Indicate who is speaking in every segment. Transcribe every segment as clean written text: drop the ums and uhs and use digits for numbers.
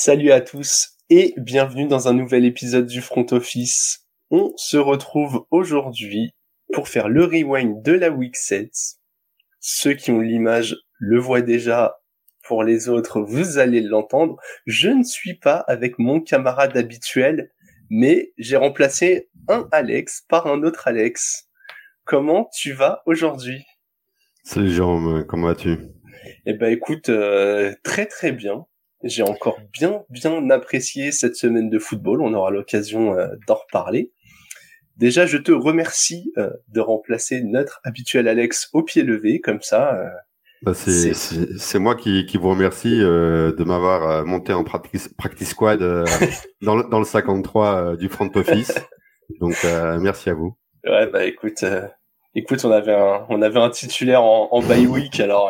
Speaker 1: Salut à tous et bienvenue dans un nouvel épisode du Front Office. On se retrouve aujourd'hui pour faire le rewind de la Week 7. Ceux qui ont l'image le voient déjà, pour les autres vous allez l'entendre. Je ne suis pas avec mon camarade habituel, mais j'ai remplacé un Alex par un autre Alex. Comment tu vas aujourd'hui ?
Speaker 2: Salut Jérôme, comment vas-tu ?
Speaker 1: Eh ben écoute, très très bien. J'ai encore bien apprécié cette semaine de football. On aura l'occasion d'en reparler. Déjà, je te remercie de remplacer notre habituel Alex au pied levé, comme ça.
Speaker 2: C'est moi qui vous remercie de m'avoir monté en practice squad dans le 53 du front office. Donc merci à vous.
Speaker 1: Ouais, bah écoute, on avait un titulaire en bye week, alors.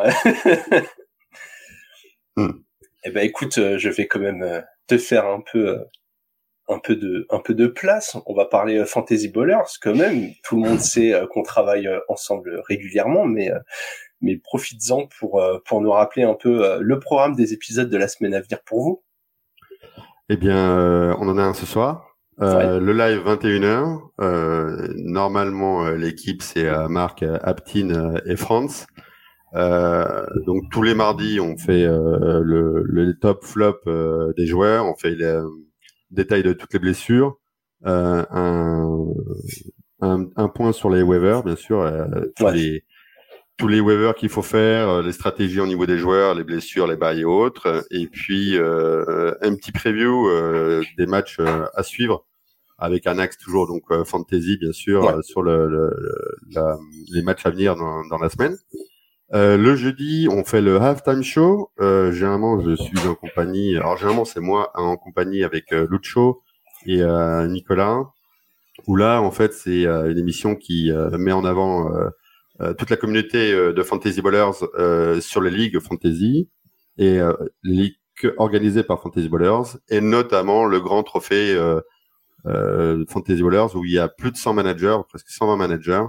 Speaker 1: Eh ben écoute, je vais quand même te faire un peu de place. On va parler Fantasy Ballers quand même. Tout le monde sait qu'on travaille ensemble régulièrement, mais profites-en pour nous rappeler un peu le programme des épisodes de la semaine à venir pour vous.
Speaker 2: Eh bien, on en a un ce soir.
Speaker 1: Ouais.
Speaker 2: Le live 21h. Normalement, l'équipe c'est Marc, Aptin et Franz. Donc tous les mardis, on fait le top flop des joueurs. On fait les détail de toutes les blessures. Un point sur les waivers, bien sûr. Tous les waivers qu'il faut faire, les stratégies au niveau des joueurs, les blessures, les bails et autres. Et puis un petit preview des matchs à suivre avec un axe toujours donc fantasy bien sûr sur les matchs à venir dans la semaine. Le jeudi, on fait le halftime show. Généralement, je suis en compagnie. Alors généralement, c'est moi en compagnie avec Lucho et Nicolas. Où là, en fait, c'est une émission qui met en avant toute la communauté de Fantasy Ballers sur les ligues fantasy et les ligues organisées par Fantasy Ballers et notamment le grand trophée Fantasy Ballers où il y a plus de 100 managers, presque 120 managers.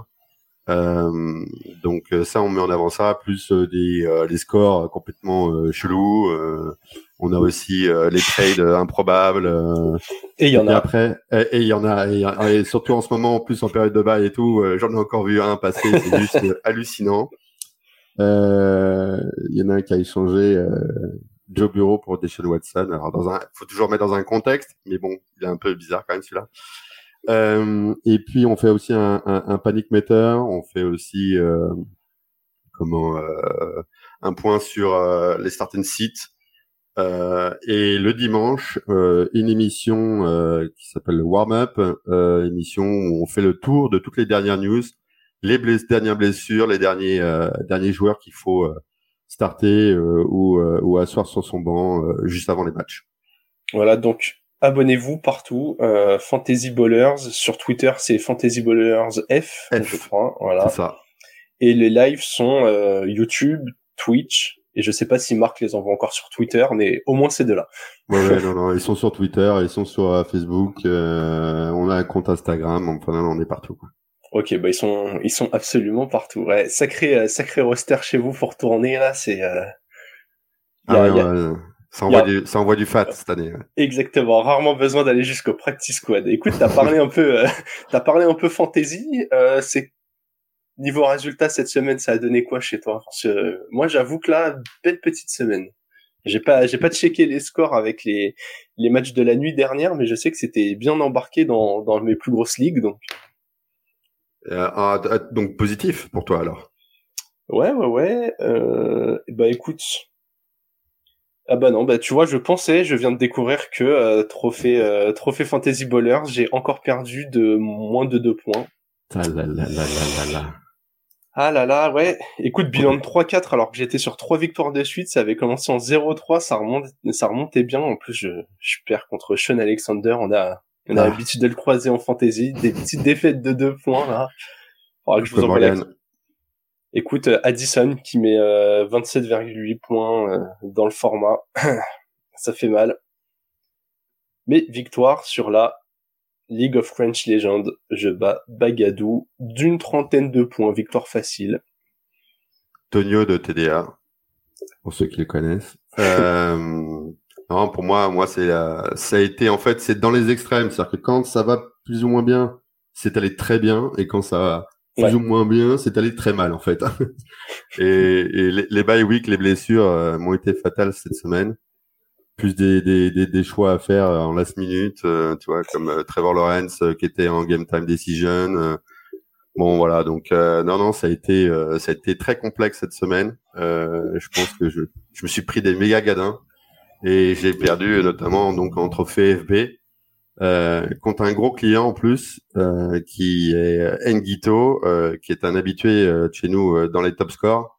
Speaker 2: Donc ça, on met en avant ça, plus des scores complètement chelous. On a aussi les trades improbables.
Speaker 1: Et il y en a.
Speaker 2: Après, et il y en a, et surtout en ce moment, en plus en période de bail et tout, j'en ai encore vu un passer, c'est juste hallucinant. Il y en a un qui a échangé Joe Bureau pour Deshaun Watson. Alors faut toujours mettre dans un contexte, mais bon, il est un peu bizarre quand même celui-là. Et puis on fait aussi un panic meter, on fait aussi un point sur les start and sit. Et le dimanche, une émission qui s'appelle le warm-up, émission où on fait le tour de toutes les dernières news, dernières blessures, les derniers joueurs qu'il faut starter ou asseoir sur son banc juste avant les matchs.
Speaker 1: Voilà, donc abonnez-vous partout. Fantasy Ballers sur Twitter, c'est Fantasy Ballers F, je crois. Voilà.
Speaker 2: C'est ça.
Speaker 1: Et les lives sont YouTube, Twitch. Et je sais pas si Marc les envoie encore sur Twitter, mais au moins c'est de là.
Speaker 2: Ouais, non, ils sont sur Twitter, ils sont sur Facebook, on a un compte Instagram, enfin on est partout, quoi.
Speaker 1: Ok, bah ils sont absolument partout. Ouais, sacré roster chez vous pour tourner là, c'est.
Speaker 2: Ça envoie du fat cette année. Ouais.
Speaker 1: Exactement, rarement besoin d'aller jusqu'au practice squad. Écoute, t'as parlé un peu fantasy. C'est niveau résultat cette semaine, ça a donné quoi chez toi ? Parce que moi, j'avoue que là, belle petite semaine. J'ai pas checké les scores avec les matchs de la nuit dernière, mais je sais que c'était bien embarqué dans mes plus grosses ligues, donc.
Speaker 2: Donc positif pour toi alors.
Speaker 1: Ouais. Bah écoute. Ah bah non, bah tu vois, je viens de découvrir que trophée Fantasy Ballers, j'ai encore perdu de moins de 2 points. Ah là là, ouais. Écoute, bilan de 3-4 alors que j'étais sur 3 victoires de suite, ça avait commencé en 0-3, ça remontait bien. En plus, je perds contre Sean Alexander, on a l'habitude de le croiser en fantasy, des petites défaites de 2 points là. Faudra que je vous envoie la... Écoute, Addison qui met 27,8 points dans le format. Ça fait mal. Mais victoire sur la League of French Legends. Je bats Bagadou d'une 30aine de points. Victoire facile.
Speaker 2: Tonio de TDA, pour ceux qui le connaissent. Non, pour moi, ça a été en fait, c'est dans les extrêmes, c'est-à-dire que quand ça va plus ou moins bien, c'est allé très bien, et quand ça va plus ou
Speaker 1: Ouais.
Speaker 2: moins bien, c'est allé très mal en fait. Et les bye week, les blessures m'ont été fatales cette semaine. Plus des choix à faire en last minute, tu vois, comme Trevor Lawrence qui était en game time decision. Bon voilà, donc non, ça a été très complexe cette semaine. Je pense que je me suis pris des méga gadins et j'ai perdu notamment donc en trophée FB contre un gros client en plus qui est Ngito, qui est un habitué de chez nous dans les top scores.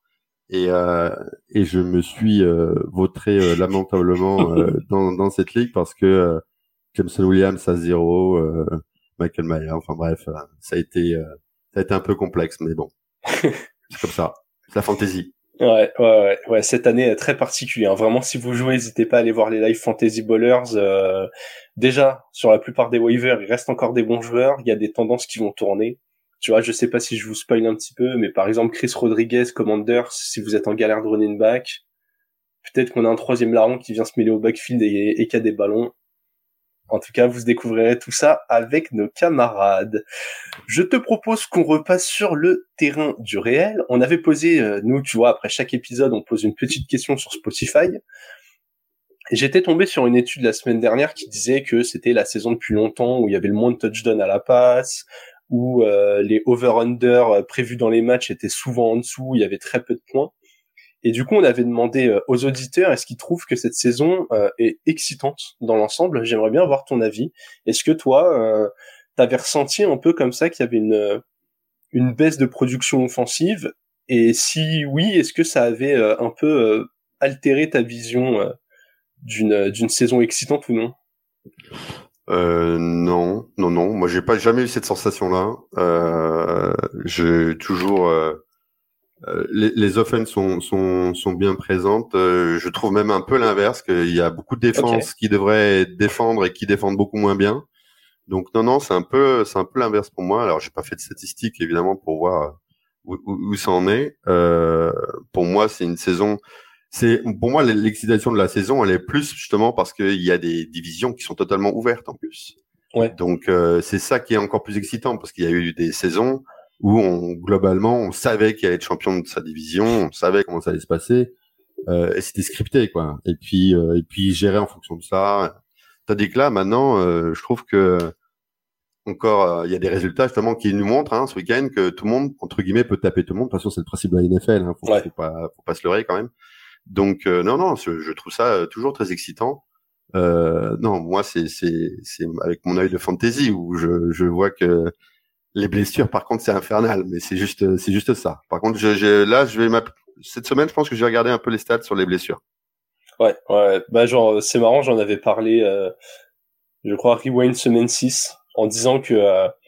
Speaker 2: Et je me suis vautré lamentablement dans cette ligue parce que Jameson Williams à 0, Michael Mayer, enfin bref, ça a été un peu complexe, mais bon, c'est comme ça, c'est la fantasy.
Speaker 1: Ouais. Cette année est très particulière. Vraiment, si vous jouez, n'hésitez pas à aller voir les live fantasy ballers. Déjà, sur la plupart des waivers, il reste encore des bons joueurs. Il y a des tendances qui vont tourner. Tu vois, je sais pas si je vous spoil un petit peu, mais par exemple, Chris Rodriguez, Commanders, si vous êtes en galère de running back, peut-être qu'on a un troisième larron qui vient se mêler au backfield et qui a des ballons. En tout cas, vous découvrirez tout ça avec nos camarades. Je te propose qu'on repasse sur le terrain du réel. On avait posé, nous, tu vois, après chaque épisode, on pose une petite question sur Spotify. Et j'étais tombé sur une étude la semaine dernière qui disait que c'était la saison depuis longtemps où il y avait le moins de touchdowns à la passe, où les over-under prévus dans les matchs étaient souvent en dessous, il y avait très peu de points. Et du coup, on avait demandé aux auditeurs, est-ce qu'ils trouvent que cette saison est excitante dans l'ensemble? J'aimerais bien avoir ton avis. Est-ce que toi, t'avais ressenti un peu comme ça qu'il y avait une baisse de production offensive? Et si oui, est-ce que ça avait un peu altéré ta vision d'une saison excitante ou non?
Speaker 2: Non. Moi, j'ai pas jamais eu cette sensation-là. J'ai toujours les offenses sont bien présentes. Je trouve même un peu l'inverse, qu'il y a beaucoup de
Speaker 1: Ok.
Speaker 2: défenses qui devraient défendre et qui défendent beaucoup moins bien. Donc non, c'est un peu l'inverse pour moi. Alors, j'ai pas fait de statistiques évidemment pour voir où ça en est. Pour moi, c'est une saison. C'est pour moi l'excitation de la saison, elle est plus justement parce qu'il y a des divisions qui sont totalement ouvertes en plus.
Speaker 1: Ouais.
Speaker 2: Donc c'est ça qui est encore plus excitant parce qu'il y a eu des saisons où globalement on savait qu'il allait être champion de sa division, on savait comment ça allait se passer et c'était scripté quoi. Et puis gérer en fonction de ça. Tandis que là maintenant, je trouve que encore il y a des résultats justement qui nous montrent ce week-end que tout le monde entre guillemets peut taper tout le monde. De toute façon c'est le principe de la NFL,
Speaker 1: Ouais.
Speaker 2: faut pas se leurrer quand même. Donc non, je trouve ça toujours très excitant. Non, moi c'est avec mon œil de fantasy où je vois que les blessures par contre c'est infernal, mais c'est juste ça. Par contre, là cette semaine, je pense que je vais regarder un peu les stats sur les blessures.
Speaker 1: Ouais. Bah genre, c'est marrant, j'en avais parlé, je crois, Rewind semaine 6, en disant que,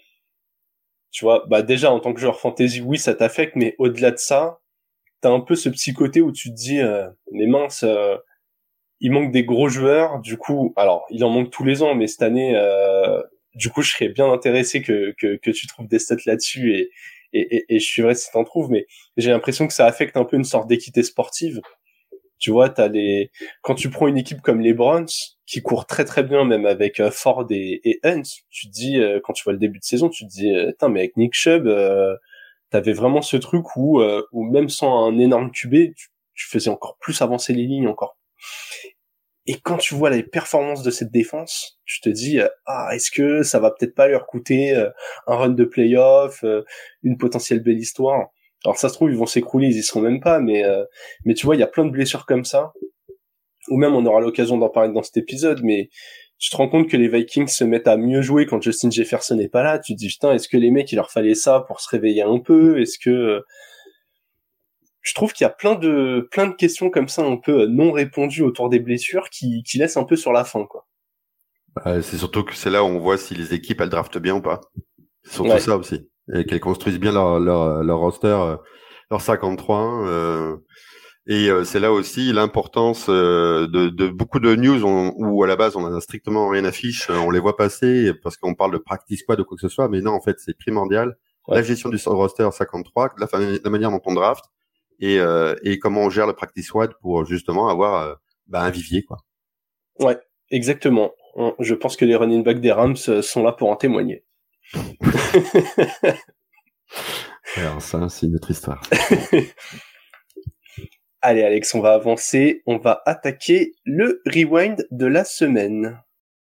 Speaker 1: tu vois, bah déjà, en tant que joueur fantasy, oui, ça t'affecte, mais au-delà de ça, t'as un peu ce petit côté où tu te dis, mais mince, il manque des gros joueurs, du coup, alors, il en manque tous les ans, mais cette année, du coup, je serais bien intéressé que tu trouves des stats là-dessus et je suivrai si t'en trouves, mais j'ai l'impression que ça affecte un peu une sorte d'équité sportive. Tu vois, quand tu prends une équipe comme les Browns, qui court très très bien, même avec Ford et Hunt, tu te dis, quand tu vois le début de saison, tu te dis, putain, mais avec Nick Chubb, t'avais vraiment ce truc où même sans un énorme QB, tu faisais encore plus avancer les lignes encore. Et quand tu vois les performances de cette défense, tu te dis, est-ce que ça va peut-être pas leur coûter un run de playoff, une potentielle belle histoire. Alors ça se trouve, ils vont s'écrouler, ils y seront même pas, mais tu vois, il y a plein de blessures comme ça, ou même on aura l'occasion d'en parler dans cet épisode, mais tu te rends compte que les Vikings se mettent à mieux jouer quand Justin Jefferson n'est pas là. Tu te dis, putain, est-ce que les mecs, il leur fallait ça pour se réveiller un peu? Est-ce que je trouve qu'il y a plein de questions comme ça un peu non répondues autour des blessures qui laissent un peu sur la fin, quoi.
Speaker 2: C'est surtout que c'est là où on voit si les équipes elles draftent bien ou pas. C'est surtout
Speaker 1: Ouais.
Speaker 2: ça aussi, et qu'elles construisent bien leur roster, leur 53. Et c'est là aussi l'importance de beaucoup de news où à la base on a strictement rien à fiche, on les voit passer parce qu'on parle de practice squad ou quoi que ce soit, mais non en fait c'est primordial la
Speaker 1: Ouais.
Speaker 2: gestion du roster 53, la manière dont on draft et comment on gère le practice squad pour justement avoir un vivier quoi.
Speaker 1: Ouais, exactement. Je pense que les running backs des Rams sont là pour en témoigner.
Speaker 2: Alors ça, c'est une autre histoire.
Speaker 1: Allez Alex, on va avancer, on va attaquer le rewind de la semaine.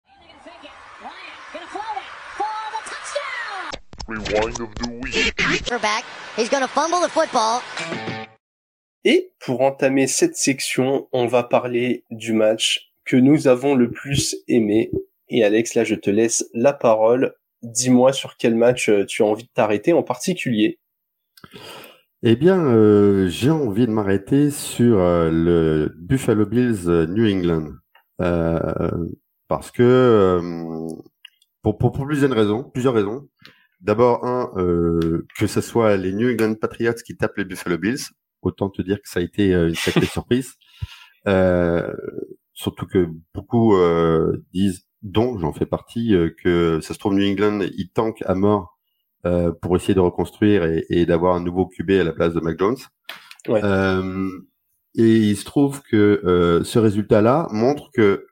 Speaker 3: Rewind of the week.
Speaker 4: Back. He's gonna fumble the football.
Speaker 1: Et pour entamer cette section, on va parler du match que nous avons le plus aimé. Et Alex, là je te laisse la parole. Dis-moi sur quel match tu as envie de t'arrêter en particulier.
Speaker 2: Eh bien, j'ai envie de m'arrêter sur le Buffalo Bills New England. Parce que pour plusieurs raisons. D'abord, que ce soit les New England Patriots qui tapent les Buffalo Bills, autant te dire que ça a été une sacrée surprise. Surtout que beaucoup disent, dont j'en fais partie, que ça se trouve New England, ils tankent à mort pour essayer de reconstruire et d'avoir un nouveau QB à la place de Mac Jones.
Speaker 1: Ouais.
Speaker 2: Et il se trouve que ce résultat-là montre que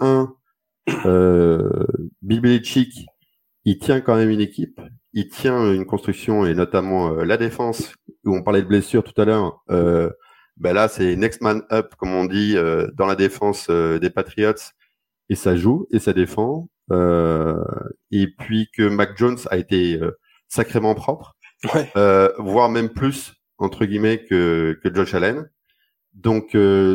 Speaker 2: Bill Belichick, il tient quand même une équipe, il tient une construction et notamment la défense où on parlait de blessures tout à l'heure. Là, c'est next man up comme on dit dans la défense des Patriots et ça joue et ça défend. Et puis que Mac Jones a été sacrément propre,
Speaker 1: ouais.
Speaker 2: Voire même plus entre guillemets que Josh Allen. Donc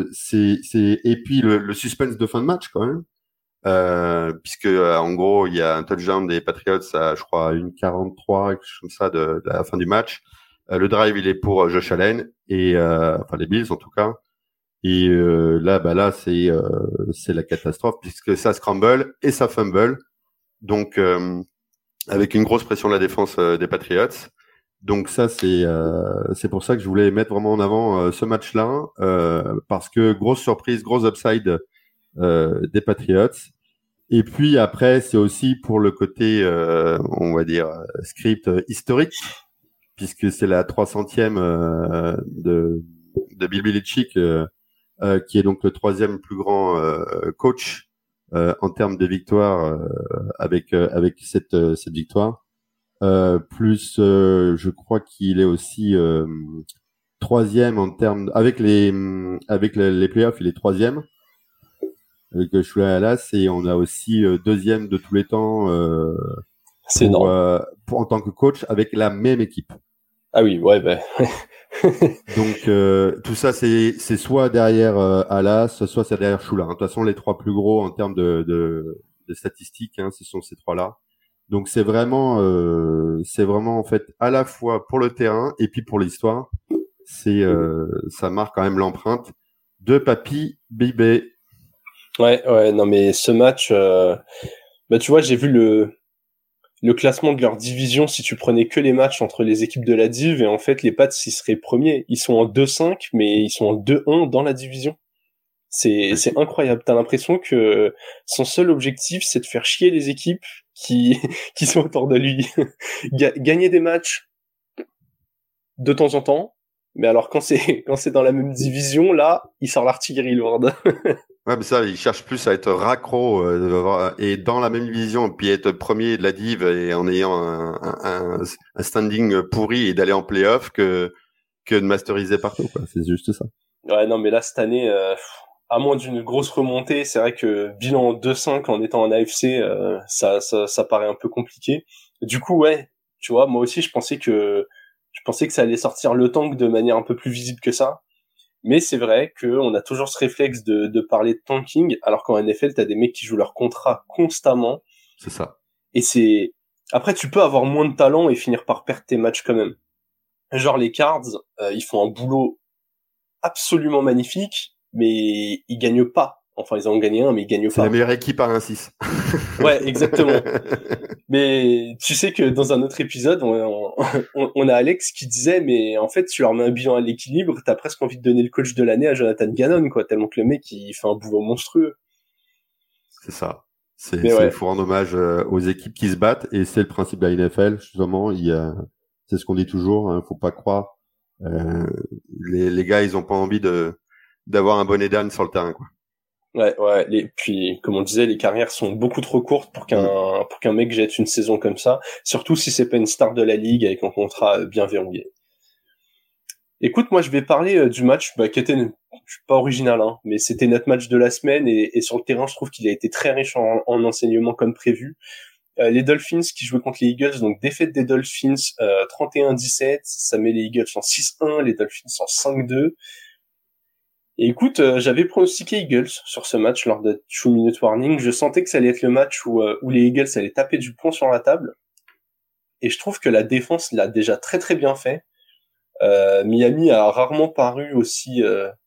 Speaker 2: et puis le suspense de fin de match quand même. Puisque en gros il y a un touchdown des Patriots à je crois 1:43 quelque chose comme ça de la fin du match. Le drive il est pour Josh Allen et enfin les Bills en tout cas. Et là c'est la catastrophe puisque ça scramble et ça fumble. Donc avec une grosse pression de la défense des Patriots. Donc ça c'est pour ça que je voulais mettre vraiment en avant ce match-là parce que grosse surprise, gros upside des Patriots. Et puis après, c'est aussi pour le côté, on va dire, script historique, puisque c'est la 300e de Bill Belichick, qui est donc le 3e plus grand coach en termes de victoire avec cette victoire. Plus, je crois qu'il est aussi 3e en termes avec les playoffs, il est 3e. Avec Shula Alas et on a aussi 2e de tous les temps
Speaker 1: c'est énorme.
Speaker 2: Pour en tant que coach avec la même équipe.
Speaker 1: Ah oui, ouais,
Speaker 2: Donc tout ça c'est soit derrière Alas, soit c'est derrière Shula. De toute façon, les trois plus gros en termes de statistiques, ce sont ces trois-là. Donc c'est vraiment en fait à la fois pour le terrain et puis pour l'histoire. Ça marque quand même l'empreinte de Papy Bibé.
Speaker 1: Ouais, non mais ce match, tu vois, j'ai vu le classement de leur division si tu prenais que les matchs entre les équipes de la div et en fait les Pats ils seraient premiers. Ils sont en 2-5 mais ils sont en 2-1 dans la division. C'est incroyable. T'as l'impression que son seul objectif c'est de faire chier les équipes qui sont autour de lui. Gagner des matchs de temps en temps, mais alors quand c'est dans la même division là, il sort l'artillerie lourde.
Speaker 2: Ouais, mais ça, il cherche plus à être raccro et dans la même division, puis être premier de la div et en ayant un standing pourri et d'aller en playoff que de masteriser partout, quoi. C'est juste ça.
Speaker 1: Ouais, non, mais là cette année, à moins d'une grosse remontée, c'est vrai que bilan 2-5 en étant en AFC, ça paraît un peu compliqué. Du coup, ouais, tu vois, moi aussi je pensais que ça allait sortir le tank de manière un peu plus visible que ça. Mais c'est vrai qu'on a toujours ce réflexe de parler de tanking, alors qu'en NFL, t'as des mecs qui jouent leur contrat constamment.
Speaker 2: C'est ça.
Speaker 1: Et après, tu peux avoir moins de talent et finir par perdre tes matchs quand même. Genre les Cards, ils font un boulot absolument magnifique, mais ils gagnent pas. Enfin, ils en ont gagné un, mais ils gagnent pas.
Speaker 2: C'est la meilleure équipe à 1-6.
Speaker 1: Ouais, exactement. Mais tu sais que dans un autre épisode, on a Alex qui disait, mais en fait, tu leur mets un bilan à l'équilibre, t'as presque envie de donner le coach de l'année à Jonathan Gannon, quoi, tellement que le mec, il fait un boulot monstrueux.
Speaker 2: C'est ça. Il faut rendre hommage aux équipes qui se battent, et c'est le principe de la NFL, justement. C'est ce qu'on dit toujours, faut pas croire. Les gars, ils ont pas envie d'avoir un bonnet d'âne sur le terrain, quoi.
Speaker 1: Ouais. Puis, comme on disait, les carrières sont beaucoup trop courtes pour qu'un mec jette une saison comme ça. Surtout si c'est pas une star de la ligue avec un contrat bien verrouillé. Écoute, moi, je vais parler du match, qui était, je suis pas original, hein, mais c'était notre match de la semaine et sur le terrain, je trouve qu'il a été très riche en enseignements comme prévu. Les Dolphins qui jouaient contre les Eagles, donc défaite des Dolphins 31-17, ça met les Eagles en 6-1, les Dolphins en 5-2. Et écoute, j'avais pronostiqué Eagles sur ce match lors de 2-minute warning. Je sentais que ça allait être le match où les Eagles allaient taper du poing sur la table. Et je trouve que la défense l'a déjà très très bien fait. Miami a rarement paru aussi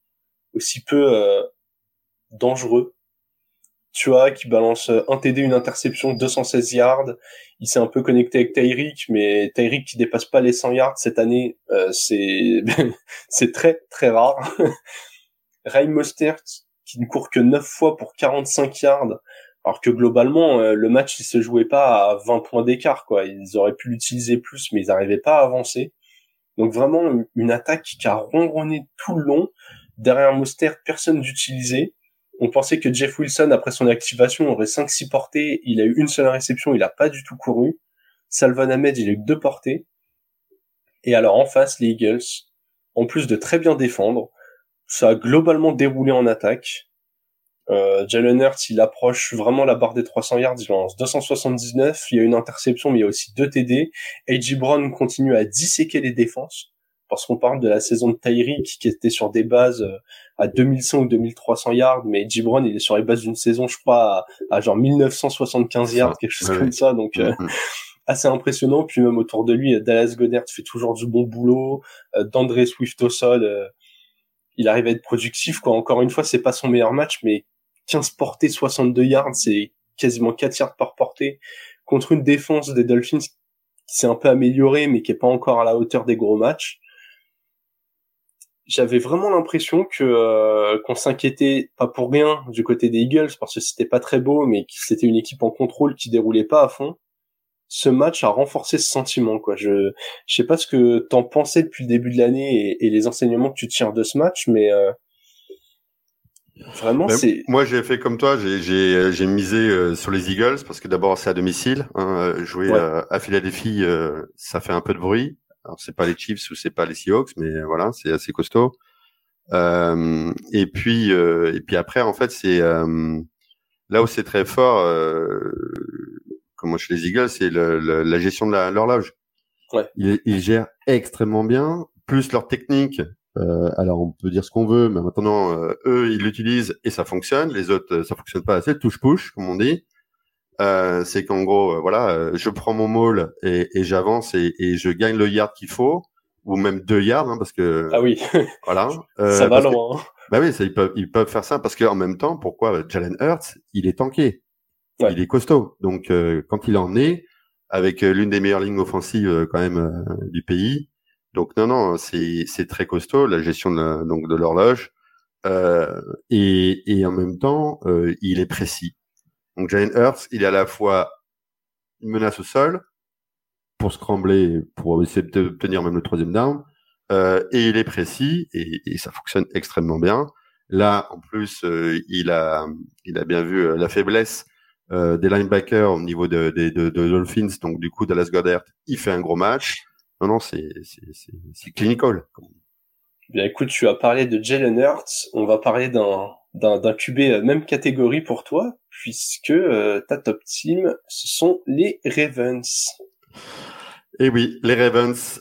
Speaker 1: peu dangereux. Tu vois, qui balance un TD, une interception, 216 yards. Il s'est un peu connecté avec Tyreek, mais Tyreek qui dépasse pas les 100 yards cette année, c'est c'est très très rare. Raheem Mostert qui ne court que 9 fois pour 45 yards, alors que globalement le match il se jouait pas à 20 points d'écart quoi. Ils auraient pu l'utiliser plus, mais ils n'arrivaient pas à avancer. Donc vraiment une attaque qui a ronronné tout le long. Derrière Mostert, personne d'utilisé. On pensait que Jeff Wilson, après son activation, aurait 5-6 portées. Il a eu une seule réception, il a pas du tout couru. Salvon Ahmed, il a eu 2 portées. Et alors en face, les Eagles, en plus de très bien défendre, ça a globalement déroulé en attaque. Jalen Hurts, il approche vraiment la barre des 300 yards, il lance 279, il y a une interception, mais il y a aussi 2 TD. A.J. Brown continue à disséquer les défenses, parce qu'on parle de la saison de Tyreek, qui était sur des bases à 2100 ou 2300 yards, mais A.J. Brown, il est sur les bases d'une saison, je crois, à genre 1975 yards, quelque chose comme ça, donc assez impressionnant. Puis même autour de lui, Dallas Goedert fait toujours du bon boulot, D'Andre Swift au sol, il arrive à être productif, quoi. Encore une fois, c'est pas son meilleur match, mais 15 portées, 62 yards, c'est quasiment 4 yards par portée, contre une défense des Dolphins qui s'est un peu améliorée, mais qui est pas encore à la hauteur des gros matchs. J'avais vraiment l'impression qu'on s'inquiétait pas pour rien du côté des Eagles, parce que c'était pas très beau, mais que c'était une équipe en contrôle qui déroulait pas à fond. Ce match a renforcé ce sentiment, quoi. Je sais pas ce que t'en pensais depuis le début de l'année et les enseignements que tu tires de ce match, mais vraiment c'est.
Speaker 2: Moi, j'ai fait comme toi. J'ai misé sur les Eagles parce que d'abord c'est à domicile. Jouer à Philadelphie, ça fait un peu de bruit. Alors c'est pas les Chiefs ou c'est pas les Seahawks, mais voilà, c'est assez costaud. Et puis après, en fait, c'est là où c'est très fort. Comment chez les Eagles, c'est la gestion de l'horloge.
Speaker 1: Ouais.
Speaker 2: Ils gèrent extrêmement bien, plus leur technique. Alors on peut dire ce qu'on veut, mais maintenant eux ils l'utilisent et ça fonctionne. Les autres ça fonctionne pas assez. Touche-push comme on dit. C'est qu'en gros je prends mon maul et j'avance et je gagne le yard qu'il faut ou même 2 yards parce que
Speaker 1: ah oui
Speaker 2: voilà
Speaker 1: ça va loin.
Speaker 2: Bah oui, ça, ils peuvent faire ça parce que en même temps, pourquoi Jalen Hurts, il est tanké. Ouais. Il est costaud. Donc, quand il en est, avec l'une des meilleures lignes offensives quand même du pays. Donc, non, c'est très costaud, la gestion de l'horloge. Et en même temps, il est précis. Donc, Jalen Hurts, il est à la fois une menace au sol pour scrambler, pour essayer d'obtenir même le 3e down. Et il est précis et ça fonctionne extrêmement bien. Là, en plus, il a bien vu la faiblesse des linebackers au niveau de Dolphins. Donc, du coup, Dallas Goedert, il fait un gros match. Non, c'est clinical.
Speaker 1: Bien, écoute, tu as parlé de Jalen Hurts. On va parler d'un QB même catégorie pour toi, puisque ta top team, ce sont les Ravens.
Speaker 2: Eh oui, les Ravens.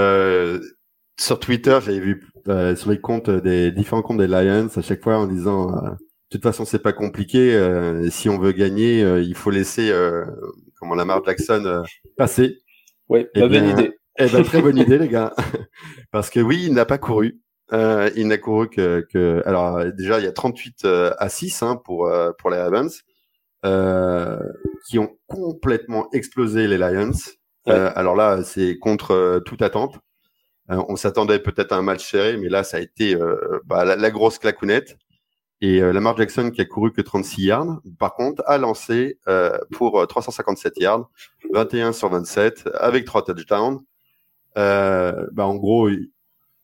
Speaker 2: Sur Twitter, j'avais vu sur les comptes des différents comptes des Lions à chaque fois en disant de toute façon c'est pas compliqué, si on veut gagner il faut laisser Lamar Jackson passer.
Speaker 1: Oui, bonne idée.
Speaker 2: Très bonne idée les gars. Parce que oui, il n'a pas couru. Il n'a couru que alors déjà il y a 38-6 pour les Ravens qui ont complètement explosé les Lions. Ouais. Alors là, c'est contre toute attente. On s'attendait peut-être à un match serré, mais là, ça a été la grosse claquonnette. Et Lamar Jackson, qui a couru que 36 yards, par contre, a lancé pour 357 yards, 21 sur 27, avec 3 touchdowns. En gros,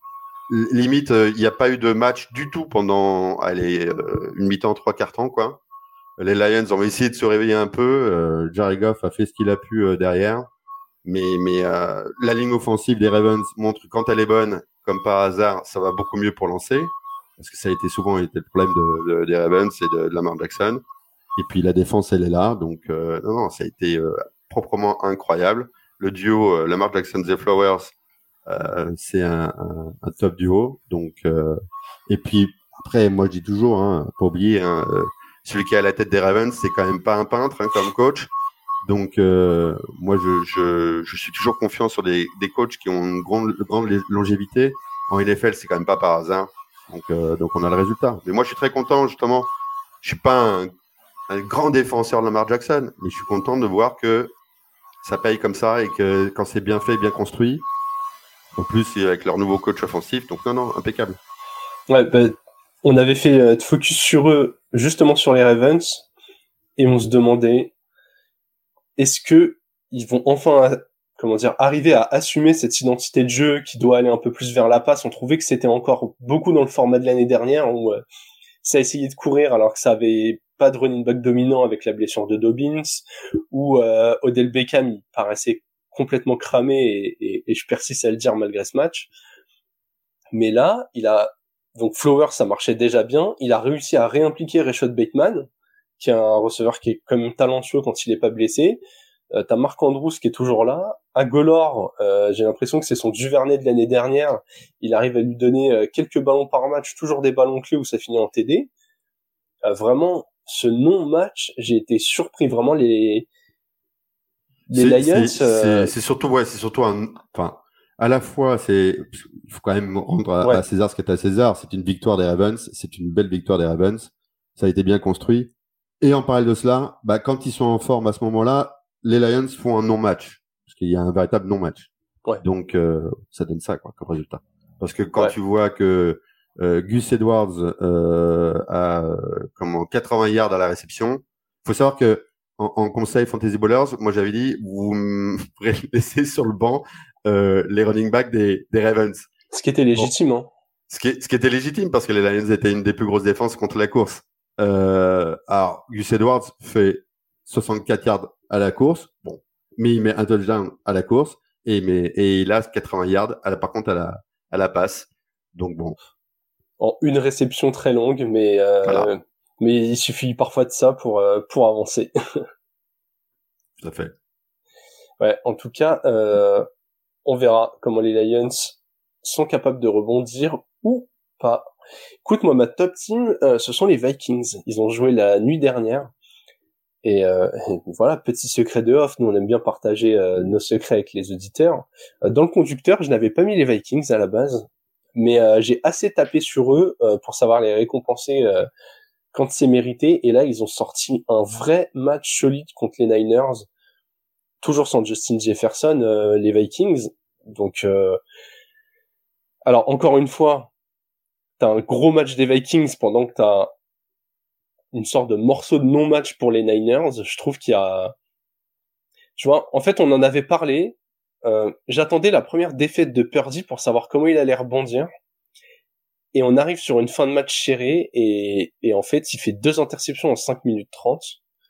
Speaker 2: limite, il n'y a pas eu de match du tout pendant, une mi-temps, 3/4 temps, quoi. Les Lions ont essayé de se réveiller un peu. Jared Goff a fait ce qu'il a pu derrière. Mais la ligne offensive des Ravens montre que quand elle est bonne, comme par hasard, ça va beaucoup mieux pour lancer. Parce que ça a été souvent le problème des Ravens et de Lamar Jackson. Et puis la défense, elle est là. Donc, non, ça a été proprement incroyable. Le duo Lamar Jackson-Zay Flowers, c'est un top duo. Donc, et puis après, moi je dis toujours, pas oublier, celui qui est à la tête des Ravens, c'est quand même pas un peintre comme coach. Donc moi je suis toujours confiant sur des coachs qui ont une grande longévité. En NFL, c'est quand même pas par hasard. Donc on a le résultat. Mais moi je suis très content justement. Je suis pas un grand défenseur de Lamar Jackson, mais je suis content de voir que ça paye comme ça et que quand c'est bien fait, bien construit. En plus avec leur nouveau coach offensif, donc non, impeccable.
Speaker 1: Ouais, on avait fait de focus sur eux, justement sur les Ravens, et on se demandait est-ce que ils vont enfin, arriver à assumer cette identité de jeu qui doit aller un peu plus vers la passe. On trouvait que c'était encore beaucoup dans le format de l'année dernière où ça essayait de courir alors que ça avait pas de running back dominant avec la blessure de Dobbins, ou Odell Beckham, il paraissait complètement cramé et je persiste à le dire malgré ce match. Mais là, donc Flowers, ça marchait déjà bien. Il a réussi à réimpliquer Rashod Bateman, qui est un receveur qui est quand même talentueux quand il est pas blessé. T'as Mark Andrews qui est toujours là. Agholor, j'ai l'impression que c'est son Duvernay de l'année dernière. Il arrive à lui donner quelques ballons par match, toujours des ballons clés où ça finit en TD. Vraiment, ce non-match, j'ai été surpris. Vraiment, les Lions...
Speaker 2: C'est surtout à la fois, il faut quand même rendre à César ce qui est à César. C'est une victoire des Ravens. C'est une belle victoire des Ravens. Ça a été bien construit. Et en parallèle de cela, quand ils sont en forme à ce moment-là, les Lions font un non-match. Parce qu'il y a un véritable non-match.
Speaker 1: Ouais.
Speaker 2: Donc, ça donne ça, quoi, comme résultat. Parce que quand tu vois que Gus Edwards a 80 yards à la réception, faut savoir que en conseil Fantasy Ballers, moi j'avais dit, vous pourrez laisser sur le banc les running backs des Ravens.
Speaker 1: Ce qui était légitime, hein.
Speaker 2: Ce qui était légitime parce que les Lions étaient une des plus grosses défenses contre la course. Alors, Gus Edwards fait 64 yards à la course, mais il met un touchdown à la course et il a 80 yards par contre à la passe. Donc bon.
Speaker 1: En une réception très longue, mais voilà. Mais il suffit parfois de ça pour avancer.
Speaker 2: Tout à fait.
Speaker 1: Ouais, en tout cas, on verra comment les Lions sont capables de rebondir ou pas. Écoute, moi, ma top team, ce sont les Vikings. Ils ont joué la nuit dernière. Et voilà, petit secret de off, nous on aime bien partager nos secrets avec les auditeurs. Dans le conducteur, je n'avais pas mis les Vikings à la base, mais j'ai assez tapé sur eux pour savoir les récompenser quand c'est mérité. Et là, ils ont sorti un vrai match solide contre les Niners, toujours sans Justin Jefferson, les Vikings. Donc, alors encore une fois, t'as un gros match des Vikings pendant que t'as une sorte de morceau de non-match pour les Niners. Je trouve qu'il y a... Tu vois, en fait, on en avait parlé. J'attendais la première défaite de Purdy pour savoir comment il allait rebondir. Et on arrive sur une fin de match serrée et en fait, il fait 2 interceptions en 5 minutes 30.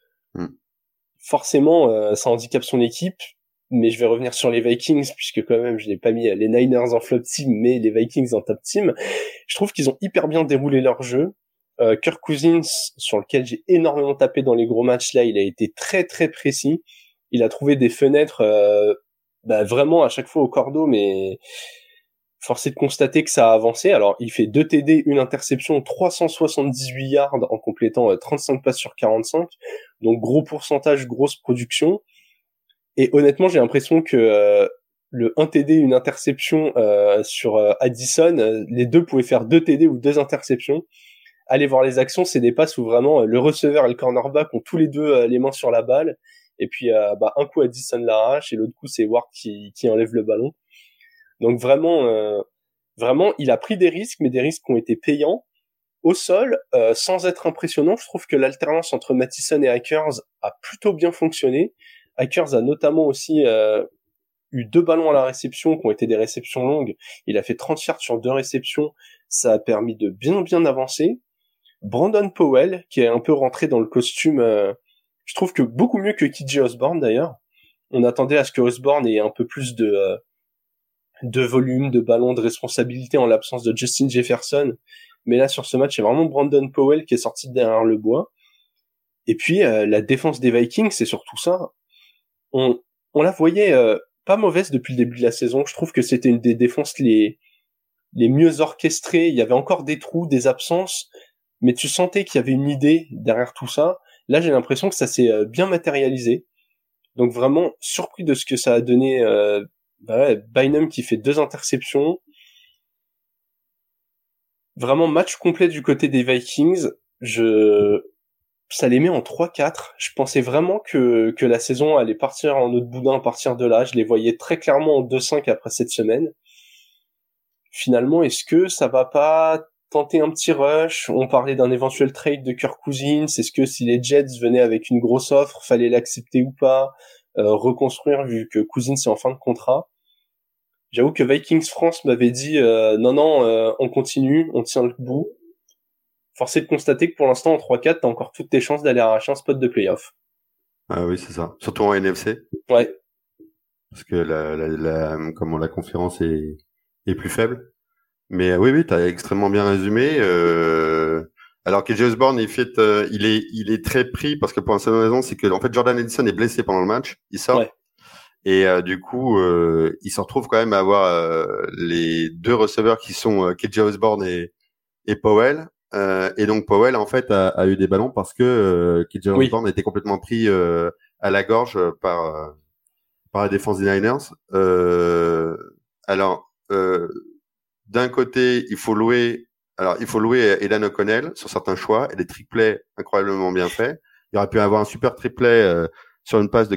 Speaker 1: Forcément, ça handicape son équipe. Mais je vais revenir sur les Vikings, puisque quand même, je n'ai pas mis les Niners en flop team, mais les Vikings en top team. Je trouve qu'ils ont hyper bien déroulé leur jeu. Kirk Cousins, sur lequel j'ai énormément tapé dans les gros matchs là, il a été très très précis. Il a trouvé des fenêtres vraiment à chaque fois au cordeau, mais force est de constater que ça a avancé. Alors il fait 2 TD, une interception, 378 yards en complétant 35 passes sur 45, donc gros pourcentage, grosse production. Et honnêtement, j'ai l'impression que le 1 TD, une interception sur Addison, les deux pouvaient faire 2 TD ou 2 interceptions. Allez voir les actions, c'est des passes où vraiment le receveur et le cornerback ont tous les deux les mains sur la balle. Et puis un coup Addison l'arrache et l'autre coup c'est Ward qui enlève le ballon. Donc vraiment, il a pris des risques, mais des risques qui ont été payants. Au sol, sans être impressionnant, je trouve que l'alternance entre Mattison et Akers a plutôt bien fonctionné. Akers a notamment aussi eu 2 ballons à la réception qui ont été des réceptions longues. Il a fait 30 yards sur 2 réceptions. Ça a permis de bien avancer. Brandon Powell, qui est un peu rentré dans le costume, je trouve que beaucoup mieux que KJ Osborne d'ailleurs. On attendait à ce que Osborne ait un peu plus de volume, de ballon, de responsabilité en l'absence de Justin Jefferson. Mais là, sur ce match, c'est vraiment Brandon Powell qui est sorti de derrière le bois. Et puis, la défense des Vikings, c'est surtout ça. On la voyait pas mauvaise depuis le début de la saison. Je trouve que c'était une des défenses les mieux orchestrées. Il y avait encore des trous, des absences, mais tu sentais qu'il y avait une idée derrière tout ça. Là, j'ai l'impression que ça s'est bien matérialisé. Donc vraiment surpris de ce que ça a donné. Bynum qui fait 2 interceptions. Vraiment match complet du côté des Vikings. Ça les met en 3-4. Je pensais vraiment que la saison allait partir en autre boudin à partir de là. Je les voyais très clairement en 2-5 après cette semaine. Finalement, est-ce que ça va pas tenter un petit rush? On parlait d'un éventuel trade de Kirk Cousins. Est-ce que si les Jets venaient avec une grosse offre, fallait l'accepter ou pas? Reconstruire vu que Cousins est en fin de contrat. J'avoue que Vikings France m'avait dit non, on continue, on tient le bout. Force est de constater que pour l'instant en 3-4, t'as encore toutes tes chances d'aller arracher un spot de playoff.
Speaker 2: Ah oui, c'est ça. Surtout en NFC.
Speaker 1: Ouais.
Speaker 2: Parce que la conférence est plus faible. Mais oui, t'as extrêmement bien résumé. Alors que KJ Osborne, il est très pris parce que pour une seule raison, c'est que en fait Jordan Edison est blessé pendant le match, il sort.
Speaker 1: Ouais.
Speaker 2: Et du coup, il se retrouve quand même à avoir les 2 receveurs qui sont KJ Osborne et Powell. Et donc Powell en fait a eu des ballons parce que KJ Osborne était complètement pris à la gorge par la défense des Niners. D'un côté, il faut louer Aidan O'Connell sur certains choix et des triplets incroyablement bien faits. Il aurait pu avoir un super triplet sur une passe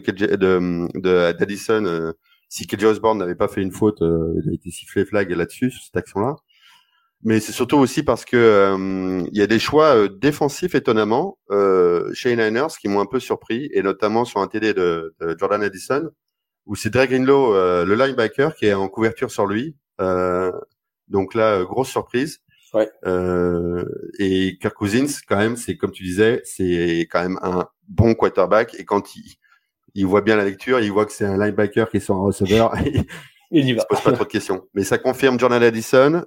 Speaker 2: d'Addison si KJ Osborne n'avait pas fait une faute. Il a été sifflé flag là-dessus sur cette action-là. Mais c'est surtout aussi parce que il y a des choix défensifs étonnamment chez les Niners qui m'ont un peu surpris, et notamment sur un TD de Jordan Addison où c'est Dre Greenlow, le linebacker, qui est en couverture sur lui. Donc là, grosse surprise.
Speaker 1: Ouais.
Speaker 2: Et Kirk Cousins, quand même, c'est comme tu disais, c'est quand même un bon quarterback. Et quand il voit bien la lecture, il voit que c'est un linebacker qui est sur un receveur,
Speaker 1: il y va.
Speaker 2: Se pose pas trop de questions. Mais ça confirme Jordan Addison.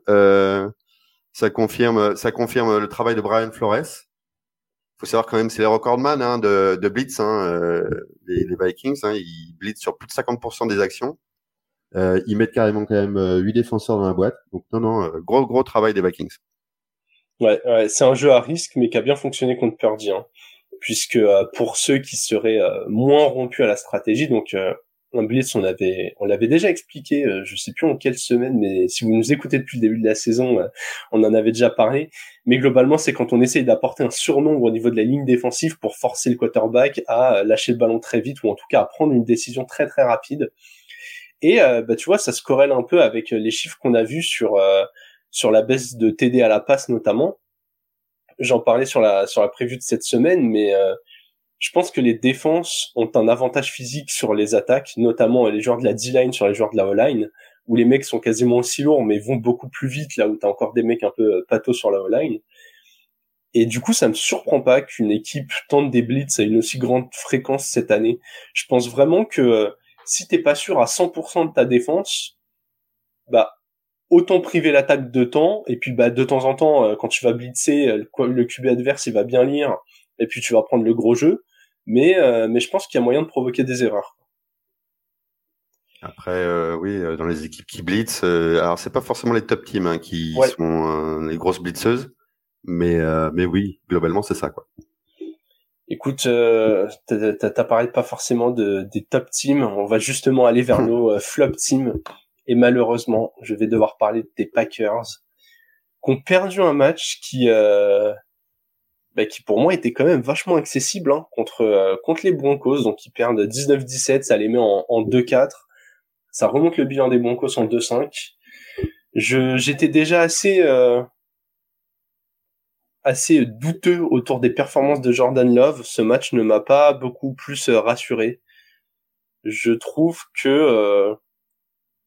Speaker 2: Ça confirme le travail de Brian Flores. Faut savoir quand même, c'est les recordman de blitz. Les Vikings, ils blitzent sur plus de 50% des actions. Ils mettent carrément quand même 8 défenseurs dans la boîte. Donc non, gros travail des Vikings.
Speaker 1: Ouais, c'est un jeu à risque, mais qui a bien fonctionné contre Purdy, puisque pour ceux qui seraient moins rompus à la stratégie, donc un blitz, on l'avait déjà expliqué, je sais plus en quelle semaine, mais si vous nous écoutez depuis le début de la saison, on en avait déjà parlé. Mais globalement, c'est quand on essaye d'apporter un surnombre au niveau de la ligne défensive pour forcer le quarterback à lâcher le ballon très vite, ou en tout cas à prendre une décision très très rapide. Et tu vois, ça se corrèle un peu avec les chiffres qu'on a vus sur la baisse de TD à la passe notamment. J'en parlais sur la preview de cette semaine, mais je pense que les défenses ont un avantage physique sur les attaques, notamment les joueurs de la D-line sur les joueurs de la O-line, où les mecs sont quasiment aussi lourds, mais vont beaucoup plus vite, là où t'as encore des mecs un peu patos sur la O-line. Et du coup, ça me surprend pas qu'une équipe tente des blitz à une aussi grande fréquence cette année. Je pense vraiment que si t'es pas sûr à 100% de ta défense, autant priver l'attaque de temps, et puis de temps en temps, quand tu vas blitzer, le QB adverse, il va bien lire, et puis tu vas prendre le gros jeu, mais je pense qu'il y a moyen de provoquer des erreurs.
Speaker 2: Après, oui, dans les équipes qui blitzent, alors c'est pas forcément les top teams qui sont les grosses blitzeuses, mais oui, globalement c'est ça, quoi.
Speaker 1: Écoute, t'as parlé pas forcément des top teams, on va justement aller vers nos flop teams. Et malheureusement, je vais devoir parler des Packers, qui ont perdu un match qui pour moi était quand même vachement accessible contre les Broncos. Donc ils perdent 19-17, ça les met en 2-4. Ça remonte le bilan des Broncos en 2-5. J'étais déjà assez douteux autour des performances de Jordan Love. Ce match ne m'a pas beaucoup plus rassuré. Je trouve que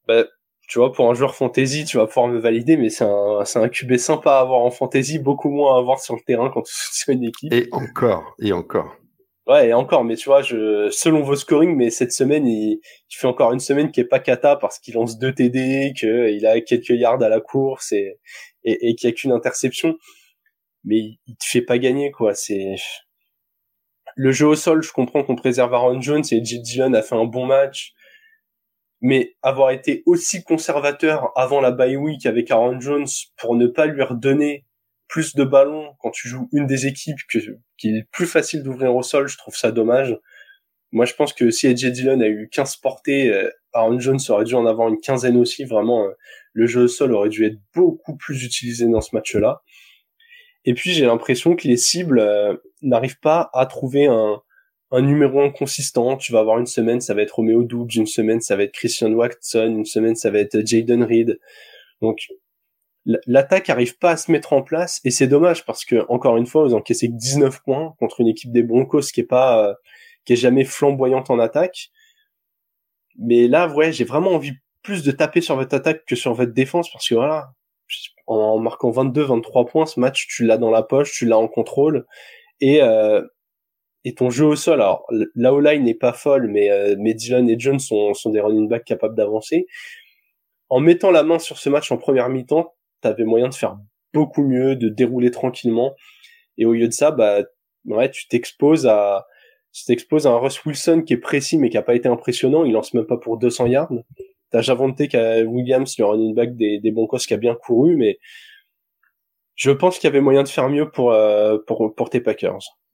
Speaker 1: Bah, tu vois, pour un joueur fantasy, tu vas pouvoir me valider, mais c'est un QB sympa à avoir en fantasy, beaucoup moins à avoir sur le terrain quand tu soutiens une équipe.
Speaker 2: Et encore.
Speaker 1: Ouais, et encore, mais tu vois, selon vos scoring, mais cette semaine, il fait encore une semaine qui est pas cata parce qu'il lance 2 TD, qu'il a quelques yards à la course et qu'il y a qu'une interception. Mais il te fait pas gagner, quoi. C'est le jeu au sol. Je comprends qu'on préserve Aaron Jones et J. Dillon a fait un bon match, mais avoir été aussi conservateur avant la bye week avec Aaron Jones pour ne pas lui redonner plus de ballons quand tu joues une des équipes qu'il est plus facile d'ouvrir au sol, je trouve ça dommage. Moi, je pense que si AJ Dillon a eu 15 portées, Aaron Jones aurait dû en avoir une quinzaine aussi. Vraiment, le jeu au sol aurait dû être beaucoup plus utilisé dans ce match-là. Et puis, j'ai l'impression que les cibles n'arrivent pas à trouver un numéro 1 consistant. Tu vas avoir une semaine, ça va être Romeo Doubs, une semaine, ça va être Christian Watson, une semaine, ça va être Jayden Reed. Donc, l'attaque arrive pas à se mettre en place et c'est dommage parce que, encore une fois, vous encaissez que 19 points contre une équipe des Broncos qui est jamais flamboyante en attaque. Mais là, ouais, j'ai vraiment envie plus de taper sur votre attaque que sur votre défense parce que voilà, en marquant 22-23 points, ce match, tu l'as dans la poche, tu l'as en contrôle et ton jeu au sol, alors la O-line n'est pas folle, mais Dillon et Jones sont des running backs capables d'avancer. En mettant la main sur ce match en première mi-temps, t'avais moyen de faire beaucoup mieux, de dérouler tranquillement. Et au lieu de ça, bah ouais, tu t'exposes à un Russ Wilson qui est précis mais qui a pas été impressionnant. Il lance même pas pour 200 yards. T'as Javonte Williams, le running back des Broncos, qui a bien couru, mais je pense qu'il y avait moyen de faire mieux pour tes Packers.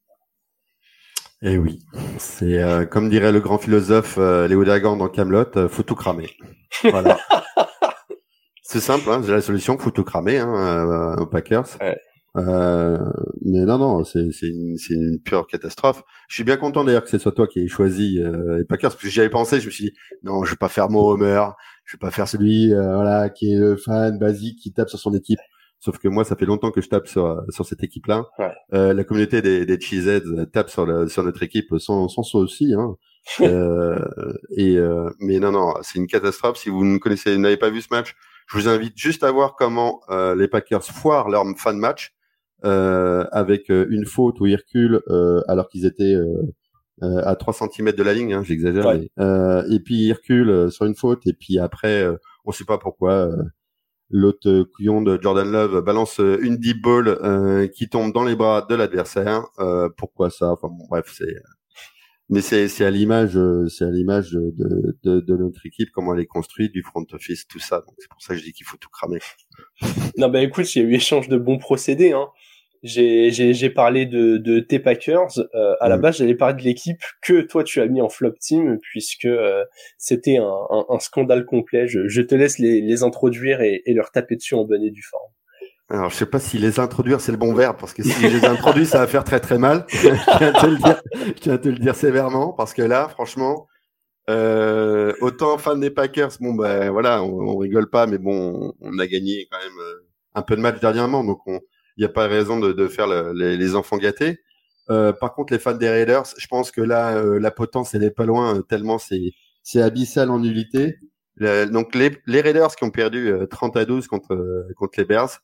Speaker 2: Eh oui, c'est comme dirait le grand philosophe Léo Dagan dans Kaamelott, faut tout cramer. Voilà. C'est simple, hein, j'ai la solution, faut tout cramer aux Packers.
Speaker 1: Ouais.
Speaker 2: Mais non, c'est une pure catastrophe. Je suis bien content d'ailleurs que ce soit toi qui aies choisi les Packers, parce que j'y avais pensé, je me suis dit non, je vais pas faire mon Homer, je vais pas faire celui voilà qui est le fan basique qui tape sur son équipe. Sauf que moi, ça fait longtemps que je tape sur cette équipe-là.
Speaker 1: Ouais.
Speaker 2: La communauté des Cheeseheads tape sur notre équipe sans soi aussi. Hein. Mais non, c'est une catastrophe. Si vous n'avez pas vu ce match, je vous invite juste à voir comment les Packers foirent leur fin de match avec une faute où ils reculent alors qu'ils étaient à 3 cm de la ligne. Hein, j'exagère.
Speaker 1: Ouais.
Speaker 2: Mais, et puis ils reculent sur une faute et puis après, on sait pas pourquoi. L'autre couillon de Jordan Love balance une deep ball qui tombe dans les bras de l'adversaire. Pourquoi ça? Enfin bon, bref, mais c'est à l'image de notre équipe, comment elle est construite, du front office, tout ça. Donc c'est pour ça que je dis qu'il faut tout cramer.
Speaker 1: Non, bah écoute, il y a eu échange de bons procédés. Hein. J'ai parlé de tes Packers. À la base, j'allais parler de l'équipe que toi tu as mis en flop team puisque c'était un scandale complet. Je te laisse les introduire et leur taper dessus en bonne et due forme.
Speaker 2: Alors, je sais pas si les introduire c'est le bon verbe, parce que si je les introduis, ça va faire très très mal. Je tiens à te le dire sévèrement, parce que là, franchement, autant fan des Packers, bon ben voilà, on rigole pas, mais bon, on a gagné quand même un peu de match dernièrement, donc il n'y a pas de raison de faire les enfants gâtés. Par contre, les fans des Raiders, je pense que là, la potence, elle est pas loin, tellement c'est abyssal en nullité. Donc les Raiders qui ont perdu 30-12 contre les Bears,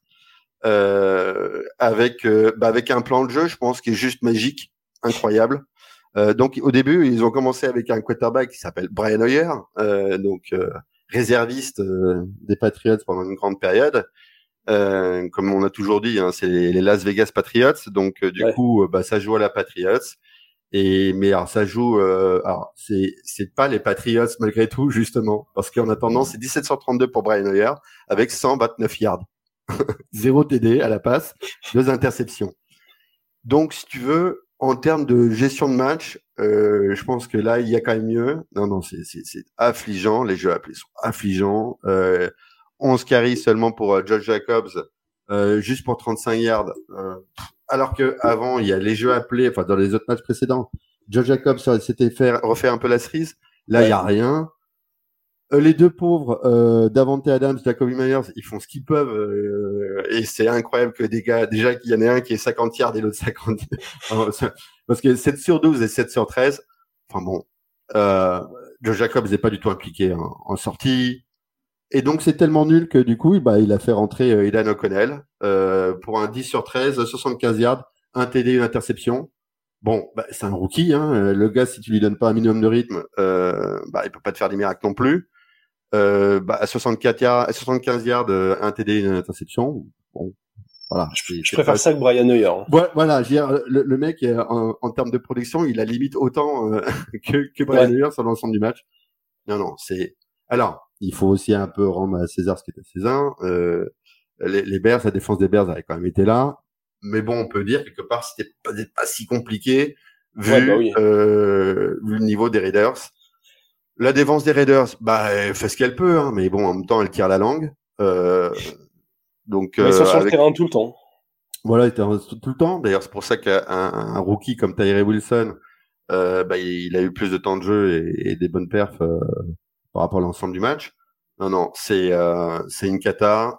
Speaker 2: avec un plan de jeu, je pense, qui est juste magique, incroyable. Donc au début, ils ont commencé avec un quarterback qui s'appelle Brian Hoyer, réserviste des Patriots pendant une grande période. Comme on a toujours dit, hein, c'est les Las Vegas Patriots, donc du coup, ça joue à la Patriots. Mais alors ça joue, alors c'est pas les Patriots malgré tout justement, parce qu'en attendant c'est 1732 pour Brian Hoyer avec 129 yards, 0 TD à la passe, 2 interceptions. Donc si tu veux, en termes de gestion de match, je pense que là il y a quand même mieux. Non, c'est affligeant, les jeux appelés sont affligeants. 11 carries seulement pour Josh Jacobs, juste pour 35 yards. Alors que avant, il y a les jeux appelés, enfin dans les autres matchs précédents, Josh Jacobs s'était refait un peu la cerise. Là, il y a rien. Les deux pauvres, Davante Adams, Jacoby Myers, ils font ce qu'ils peuvent, et c'est incroyable que des gars, déjà qu'il y en ait un qui est 50 yards et l'autre 50. Parce que 7 sur 12 et 7 sur 13. Enfin bon, Josh Jacobs n'est pas du tout impliqué en sortie. Et donc, c'est tellement nul que du coup, il a fait rentrer Aidan O'Connell pour un 10 sur 13, 75 yards, un TD, une interception. Bon, c'est un rookie, hein. Le gars, si tu lui donnes pas un minimum de rythme, il peut pas te faire des miracles non plus. À 75 yards, un TD, une interception. Bon, voilà.
Speaker 1: Je préfère ça que Brian Hoyer. Hein.
Speaker 2: Voilà, je veux dire, le mec, en termes de production, il a limite autant que Brian Hoyer sur l'ensemble du match. Non, c'est... Alors, il faut aussi un peu rendre à César ce qui est à César. Les Bears, la défense des Bears avait quand même été là. Mais bon, on peut dire quelque part, c'était peut-être pas si compliqué vu le niveau des Raiders. La défense des Raiders, elle fait ce qu'elle peut, hein, mais bon, en même temps, elle tire la langue. Donc,
Speaker 1: ils sont sur le terrain tout le temps.
Speaker 2: Voilà, ils étaient tout le temps. D'ailleurs, c'est pour ça qu'un rookie comme Tyree Wilson, il a eu plus de temps de jeu et des bonnes perfs par rapport à l'ensemble du match. Non, c'est une cata.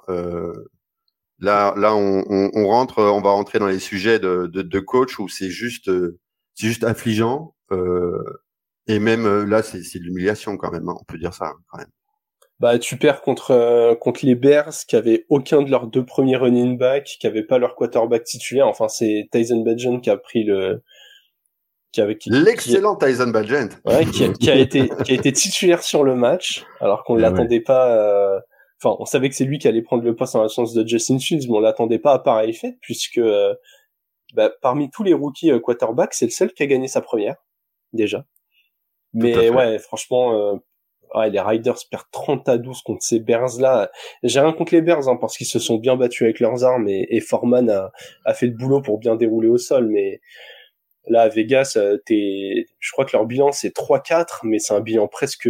Speaker 2: Là, on rentre, on va rentrer dans les sujets de coach où c'est juste affligeant. Et même là, c'est de l'humiliation quand même. Hein, on peut dire ça quand même.
Speaker 1: Tu perds contre les Bears qui avaient aucun de leurs deux premiers running backs, qui avaient pas leur quarterback titulaire. Enfin, c'est Tyson Bagent qui a pris
Speaker 2: l'excellent Tyson Bagent.
Speaker 1: Ouais, qui a été titulaire sur le match, alors qu'on l'attendait pas. Enfin, on savait que c'est lui qui allait prendre le poste en l'absence de Justin Fields, mais on l'attendait pas à pareil fait, puisque parmi tous les rookies quarterbacks, c'est le seul qui a gagné sa première déjà. Mais ouais, franchement, les Riders perdent 30-12 contre ces Bears là. J'ai rien contre les Bears, hein, parce qu'ils se sont bien battus avec leurs armes et Foreman a fait le boulot pour bien dérouler au sol, mais là à Vegas, je crois que leur bilan c'est 3-4, mais c'est un bilan presque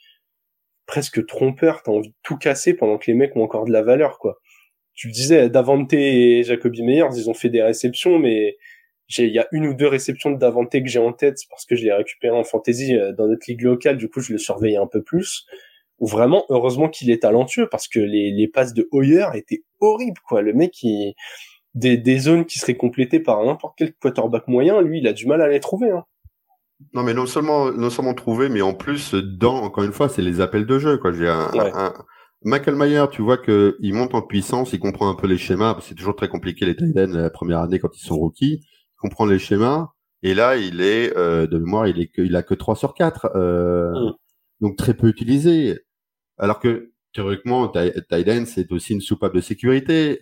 Speaker 1: trompeur. T'as envie de tout casser pendant que les mecs ont encore de la valeur, quoi. Tu le disais, Davante et Jacoby Meyers, ils ont fait des réceptions, mais il y a une ou deux réceptions de Davante que j'ai en tête parce que je l'ai récupéré en fantasy dans notre ligue locale, du coup je le surveillais un peu plus. Ou vraiment, heureusement qu'il est talentueux parce que les passes de Hoyer étaient horribles, quoi. Le mec, des zones qui seraient complétées par n'importe quel quarterback moyen, lui, il a du mal à les trouver, hein.
Speaker 2: Non, mais non seulement trouver, mais en plus, encore une fois, c'est les appels de jeu, quoi. Michael Mayer, tu vois que il monte en puissance, il comprend un peu les schémas, parce que c'est toujours très compliqué les tight ends la première année quand ils sont rookies. Il comprend les schémas, et là, il est, de mémoire, il a que 3 sur 4, donc très peu utilisé. Alors que, théoriquement, tight end, c'est aussi une soupape de sécurité.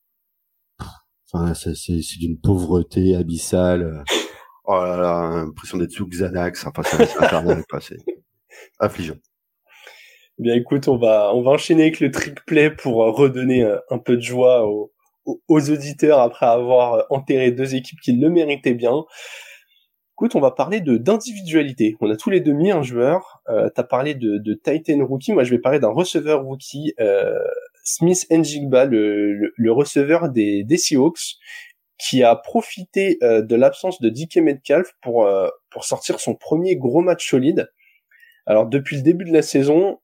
Speaker 2: Enfin, c'est d'une pauvreté abyssale. Oh là là, impression d'être sous Xanax. Enfin, c'est infernal, quoi. C'est affligeant.
Speaker 1: Bien, écoute, on va enchaîner avec le trick play pour redonner un peu de joie aux auditeurs après avoir enterré deux équipes qui le méritaient bien. Écoute, on va parler d'individualité. On a tous les deux mis un joueur. T'as parlé de Titan rookie. Moi, je vais parler d'un receveur rookie, Smith Njigba, le receveur des Seahawks, qui a profité de l'absence de DK Metcalf pour sortir son premier gros match solide. Alors depuis le début de la saison,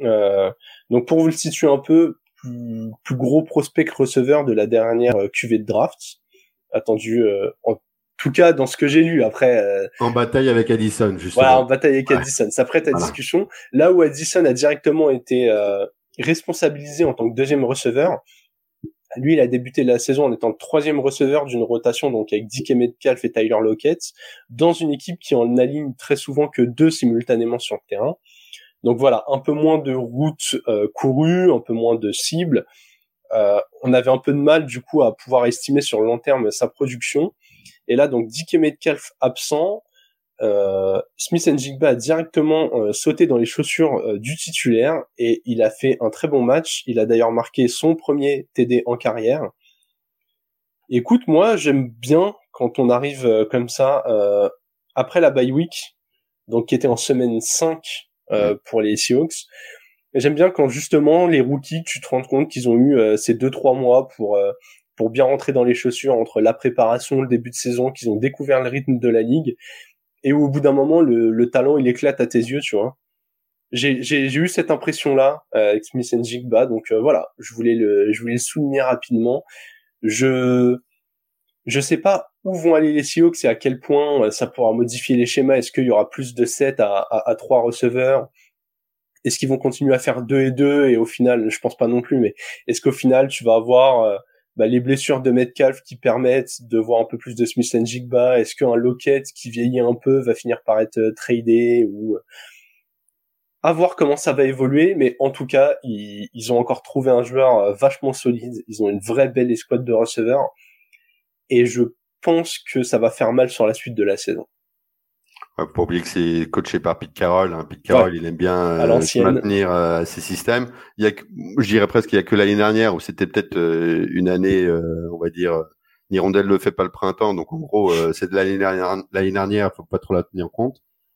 Speaker 1: donc pour vous le situer un peu, plus gros prospect receveur de la dernière QV de draft, attendu en tout cas dans ce que j'ai lu. Après
Speaker 2: en bataille avec Addison, justement.
Speaker 1: Voilà, en bataille avec Addison. Ça prête à discussion. Là où Addison a directement été responsabilisé en tant que deuxième receveur, lui, il a débuté la saison en étant le troisième receveur d'une rotation, donc avec DK Metcalf et Tyler Lockett, dans une équipe qui en aligne très souvent que deux simultanément sur le terrain. Donc voilà, un peu moins de routes courues, un peu moins de cibles. On avait un peu de mal du coup à pouvoir estimer sur le long terme sa production. Et là, donc DK Metcalf absent, Smith Njigba a directement sauté dans les chaussures du titulaire et il a fait un très bon match. Il a d'ailleurs marqué son premier TD en carrière. Écoute, moi j'aime bien quand on arrive comme ça après la bye week, donc qui était en semaine 5 pour les Seahawks. J'aime bien quand justement les rookies, tu te rends compte qu'ils ont eu ces 2-3 mois pour bien rentrer dans les chaussures entre la préparation, le début de saison, qu'ils ont découvert le rythme de la ligue. Et où, au bout d'un moment, le talent, il éclate à tes yeux, tu vois. J'ai eu cette impression-là avec Smith Njigba, donc voilà, je voulais le souligner rapidement. Je sais pas où vont aller les Seahawks et à quel point ça pourra modifier les schémas. Est-ce qu'il y aura plus de 7 à 3 receveurs? Est-ce qu'ils vont continuer à faire 2-2 et au final, je pense pas non plus, mais est-ce qu'au final tu vas avoir les blessures de Metcalf qui permettent de voir un peu plus de Smith-Njigba? Est-ce qu'un Lockett qui vieillit un peu va finir par être tradé ou à voir comment ça va évoluer, mais en tout cas, ils ont encore trouvé un joueur vachement solide. Ils ont une vraie belle escouade de receveurs et je pense que ça va faire mal sur la suite de la saison.
Speaker 2: Pour oublier que c'est coaché par Pete Carroll. Pete Carroll, il aime bien se maintenir ses systèmes. Je dirais presque qu'il y a que l'année dernière où c'était peut-être une année, on va dire, Hirondelle le fait pas le printemps. Donc en gros, c'est de l'année dernière, faut pas trop la tenir compte.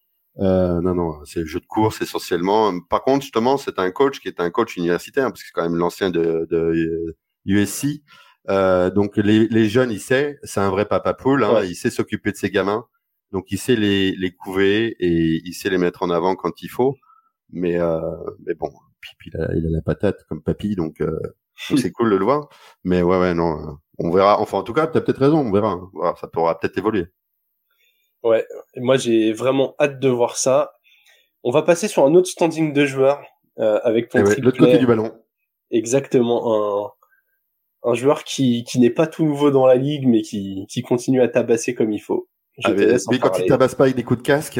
Speaker 2: Non, c'est le jeu de course essentiellement. Par contre, justement, c'est un coach qui est un coach universitaire parce que c'est quand même l'ancien de USC. Donc les jeunes, il sait, c'est un vrai papa poule. Il sait s'occuper de ses gamins. Donc il sait les couver et il sait les mettre en avant quand il faut. Mais bon, puis il a la patate comme papy, donc c'est cool de le voir. Mais ouais, non, on verra. Enfin, en tout cas, t'as peut-être raison, on verra. Voilà, ça pourra peut-être évoluer.
Speaker 1: Ouais, moi j'ai vraiment hâte de voir ça. On va passer sur un autre standing de joueurs avec ton triplet.
Speaker 2: L'autre côté du ballon.
Speaker 1: Exactement, un joueur qui n'est pas tout nouveau dans la ligue, mais qui continue à tabasser comme il faut.
Speaker 2: Mais quand il tabasse pas avec des coups de casque,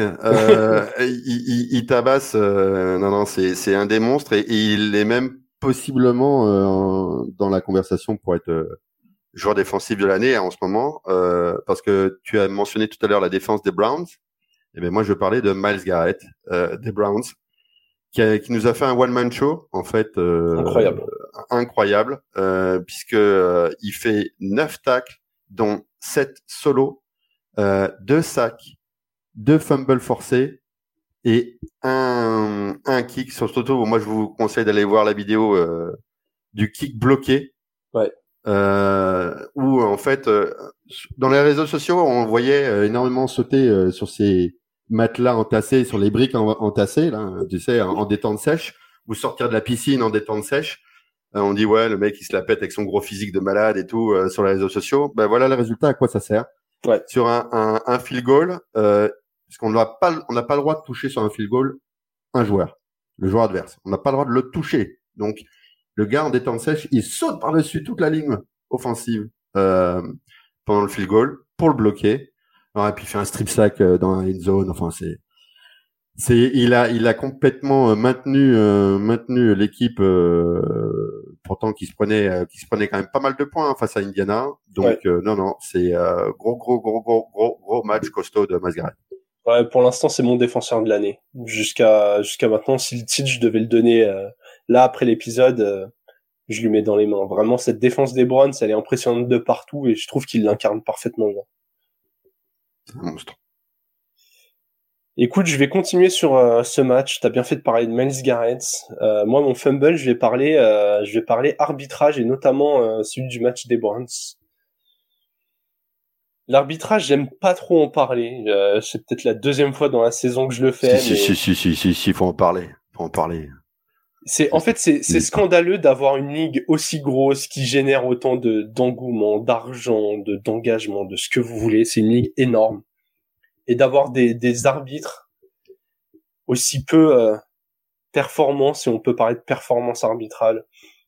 Speaker 2: il tabasse. Non, c'est un des monstres et il est même possiblement dans la conversation pour être joueur défensif de l'année en ce moment, parce que tu as mentionné tout à l'heure la défense des Browns. Et ben moi je parlais de Myles Garrett des Browns, qui nous a fait un one man show en fait, incroyable, puisque il fait 9 tacles dont 7 solos. 2 sacs, 2 fumbles forcés et un kick. Surtout, moi je vous conseille d'aller voir la vidéo du kick bloqué.
Speaker 1: Ouais.
Speaker 2: Où en fait, dans les réseaux sociaux, on voyait énormément sauter sur ces matelas entassés, sur les briques entassées, là, tu sais, en détente sèche, ou sortir de la piscine en détente sèche. On dit ouais, le mec il se la pète avec son gros physique de malade et tout sur les réseaux sociaux. Ben voilà le résultat, à quoi ça sert.
Speaker 1: Ouais.
Speaker 2: Sur un field goal, parce qu'on n'a pas le droit de toucher sur un field goal un joueur, le joueur adverse. On n'a pas le droit de le toucher. Donc, le gars en détente sèche, il saute par-dessus toute la ligne offensive pendant le field goal pour le bloquer. Alors, et puis il fait un strip sack dans la end zone. Enfin, il a complètement maintenu l'équipe, pourtant qui se prenait quand même pas mal de points face à Indiana. Donc non, c'est gros match costaud de Myles Garrett.
Speaker 1: Ouais, pour l'instant c'est mon défenseur de l'année. Jusqu'à maintenant, si le titre je devais le donner là après l'épisode, je lui mets dans les mains. Vraiment, cette défense des Browns, elle est impressionnante de partout et je trouve qu'il l'incarne parfaitement bien.
Speaker 2: C'est un monstre.
Speaker 1: Écoute, je vais continuer sur ce match. T'as bien fait de parler de Myles Garrett. Moi, mon fumble, je vais parler arbitrage et notamment celui du match des Browns. L'arbitrage, j'aime pas trop en parler. C'est peut-être la deuxième fois dans la saison que je le fais.
Speaker 2: Si, faut en parler.
Speaker 1: C'est scandaleux d'avoir une ligue aussi grosse qui génère autant d'engouement, d'argent, d'engagement, de ce que vous voulez. C'est une ligue énorme. Et d'avoir des arbitres aussi peu performants, si on peut parler de performance arbitrale.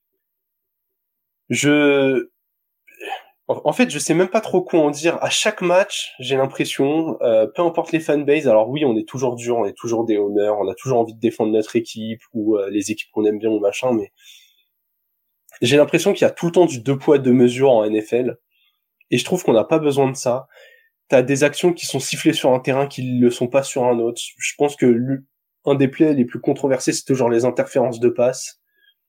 Speaker 1: En fait, je sais même pas trop quoi en dire. À chaque match, j'ai l'impression, peu importe les fanbases, alors oui, on est toujours dur, on est toujours des honneurs, on a toujours envie de défendre notre équipe ou les équipes qu'on aime bien ou machin, mais j'ai l'impression qu'il y a tout le temps du 2 poids 2 mesures en NFL. Et je trouve qu'on n'a pas besoin de ça. T'as des actions qui sont sifflées sur un terrain qui ne le sont pas sur un autre. Je pense que un des plays les plus controversés, c'est toujours les interférences de passe.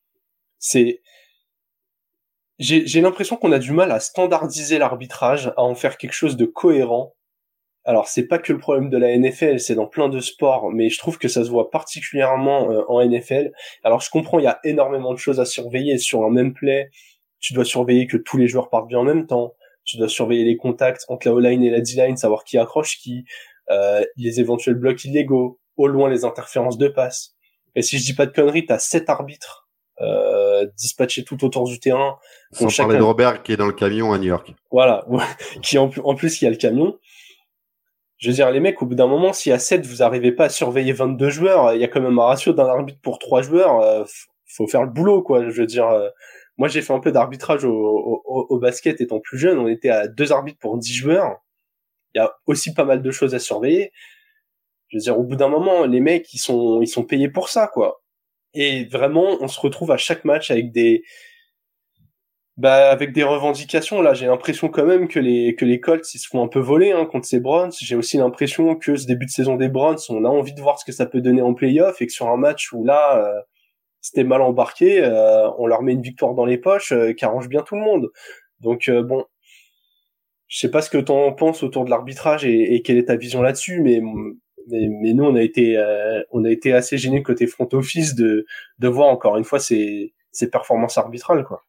Speaker 1: J'ai l'impression qu'on a du mal à standardiser l'arbitrage, à en faire quelque chose de cohérent. Alors, c'est pas que le problème de la NFL, c'est dans plein de sports, mais je trouve que ça se voit particulièrement en NFL. Alors, je comprends, il y a énormément de choses à surveiller. Sur un même play, tu dois surveiller que tous les joueurs partent bien en même temps. Tu dois surveiller les contacts entre la O-line et la D-line, savoir qui accroche qui, les éventuels blocs illégaux, au loin les interférences de passe. Et si je dis pas de conneries, t'as 7 arbitres dispatchés tout autour du terrain.
Speaker 2: Sans parler de Robert qui est dans le camion à New York.
Speaker 1: Voilà, qui en plus il y a le camion. Je veux dire, les mecs, au bout d'un moment, si à 7, vous arrivez pas à surveiller 22 joueurs, il y a quand même un ratio d'un arbitre pour 3 joueurs, faut faire le boulot, quoi. Je veux dire, moi, j'ai fait un peu d'arbitrage au basket étant plus jeune. On était à 2 arbitres pour 10 joueurs. Il y a aussi pas mal de choses à surveiller. Je veux dire, au bout d'un moment, les mecs, ils sont payés pour ça, quoi. Et vraiment, on se retrouve à chaque match avec des revendications. Là, j'ai l'impression quand même que les Colts, ils se font un peu voler, hein, contre ces Browns. J'ai aussi l'impression que ce début de saison des Browns, on a envie de voir ce que ça peut donner en playoff, et que sur un match où là, c'était mal embarqué, on leur met une victoire dans les poches, qui arrange bien tout le monde. Donc bon, je sais pas ce que t'en penses autour de l'arbitrage et quelle est ta vision là-dessus, mais nous on a été assez gênés côté front office de voir encore une fois ces performances arbitrales, quoi.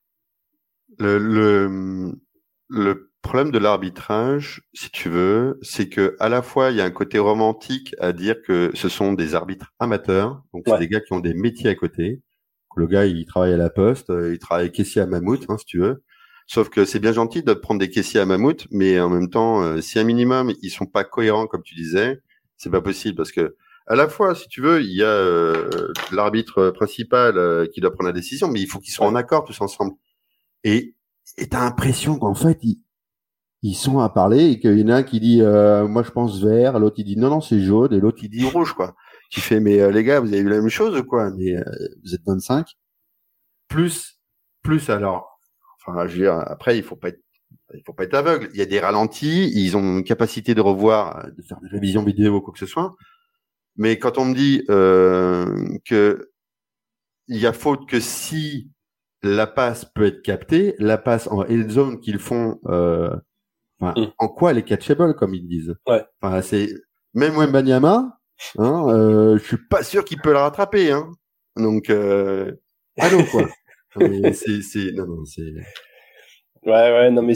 Speaker 2: Le problème de l'arbitrage, si tu veux, c'est que à la fois il y a un côté romantique à dire que ce sont des arbitres amateurs, donc c'est des gars qui ont des métiers à côté. Le gars, il travaille à la poste, il travaille caissier à Mammouth, hein, si tu veux. Sauf que c'est bien gentil de prendre des caissiers à Mammouth, mais en même temps, si un minimum ils sont pas cohérents comme tu disais, c'est pas possible parce que à la fois, si tu veux, il y a l'arbitre principal qui doit prendre la décision, mais il faut qu'ils soient en accord tous ensemble. Et t'as l'impression qu'en fait ils sont à parler et qu'il y en a un qui dit moi je pense vert, l'autre il dit non c'est jaune et l'autre il dit rouge, quoi. Tu fais mais les gars, vous avez vu la même chose ou quoi? Mais vous êtes 25 plus alors, enfin je veux dire, après il faut pas être aveugle. Il y a des ralentis, ils ont une capacité de revoir, de faire des révisions vidéo ou quoi que ce soit. Mais quand on me dit que il y a faute que si la passe peut être captée, la passe en end zone qu'ils font, en quoi elle est catchable, comme ils disent.
Speaker 1: Ouais.
Speaker 2: Enfin, c'est même Wembanyama, hein, je suis pas sûr qu'il peut la rattraper, hein. Donc, allô, quoi. Mais c'est
Speaker 1: Ouais, non, mais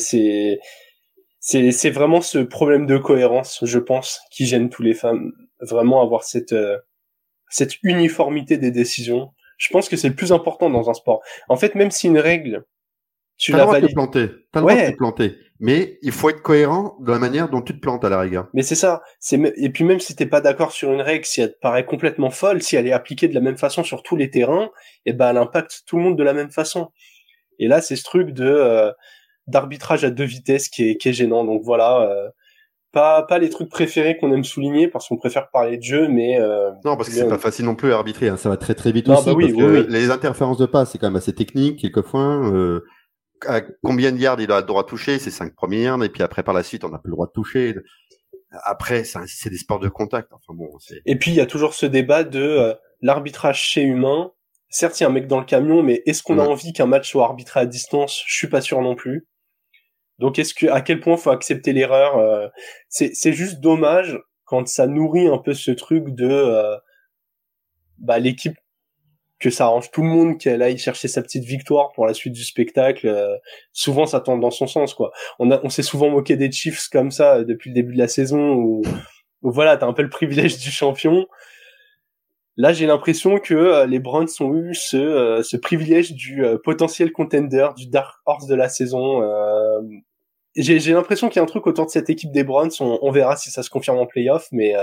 Speaker 1: c'est vraiment ce problème de cohérence, je pense, qui gêne tous les fans. Vraiment avoir cette uniformité des décisions. Je pense que c'est le plus important dans un sport. En fait, même si une règle, tu la valides.
Speaker 2: T'as le droit de te planter. Mais il faut être cohérent dans la manière dont tu te plantes à la rigueur.
Speaker 1: Mais c'est ça. Et puis même si t'es pas d'accord sur une règle, si elle te paraît complètement folle, si elle est appliquée de la même façon sur tous les terrains, elle impacte tout le monde de la même façon. Et là, c'est ce truc d'arbitrage à deux vitesses qui est gênant. Donc voilà, pas les trucs préférés qu'on aime souligner parce qu'on préfère parler de jeu, mais
Speaker 2: non, parce que c'est pas facile non plus à arbitrer, hein. Ça va très très vite
Speaker 1: non,
Speaker 2: aussi.
Speaker 1: Bah oui,
Speaker 2: parce que les interférences de passe, c'est quand même assez technique quelquefois. À combien de yards il a le droit de toucher? C'est 5 premiers yards, et puis après par la suite on n'a plus le droit de toucher. Après, c'est des sports de contact. Enfin bon.
Speaker 1: Et puis il y a toujours ce débat de l'arbitrage chez humain. Certes, il y a un mec dans le camion, mais est-ce qu'on a envie qu'un match soit arbitré à distance? Je suis pas sûr non plus. Donc à quel point faut accepter l'erreur? C'est juste dommage quand ça nourrit un peu ce truc de l'équipe, que ça arrange tout le monde qu'elle aille chercher sa petite victoire pour la suite du spectacle. Souvent ça tend dans son sens, quoi. On s'est souvent moqué des Chiefs comme ça depuis le début de la saison où voilà, t'as un peu le privilège du champion. Là, j'ai l'impression que les Browns ont eu ce privilège du potentiel contender, du dark horse de la saison. J'ai l'impression qu'il y a un truc autour de cette équipe des Browns. On verra si ça se confirme en playoff, mais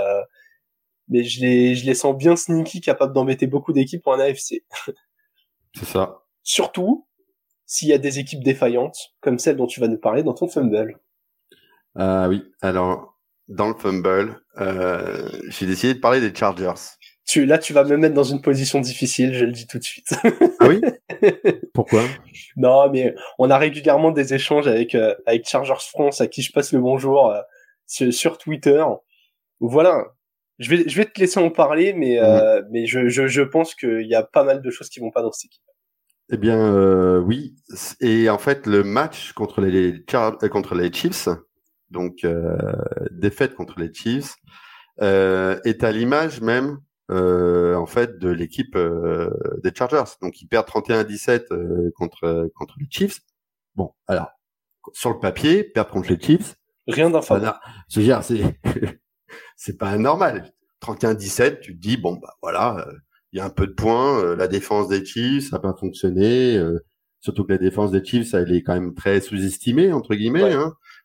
Speaker 1: je les sens bien sneaky, capables d'embêter beaucoup d'équipes en AFC.
Speaker 2: C'est ça.
Speaker 1: Surtout s'il y a des équipes défaillantes, comme celle dont tu vas nous parler dans ton fumble.
Speaker 2: Ah oui, alors, dans le fumble, j'ai décidé de parler des Chargers.
Speaker 1: Là, tu vas me mettre dans une position difficile, je le dis tout de suite.
Speaker 2: Ah oui? Pourquoi?
Speaker 1: Non, mais on a régulièrement des échanges avec Chargers France, à qui je passe le bonjour sur Twitter. Voilà. Je vais te laisser en parler, mais je pense qu'il y a pas mal de choses qui vont pas dans cette équipe.
Speaker 2: Eh bien, oui. Et en fait, le match contre les Chiefs, donc défaite contre les Chiefs, est à l'image même en fait de l'équipe des Chargers. Donc ils perdent 31-17 contre les Chiefs. Bon, alors sur le papier, perdre contre les Chiefs,
Speaker 1: rien d'infâme.
Speaker 2: Je veux dire, c'est pas anormal. 31-17, tu te dis bon bah voilà, il y a un peu de points, la défense des Chiefs ça n'a pas fonctionné, surtout que la défense des Chiefs elle est quand même très sous-estimée entre guillemets, hein.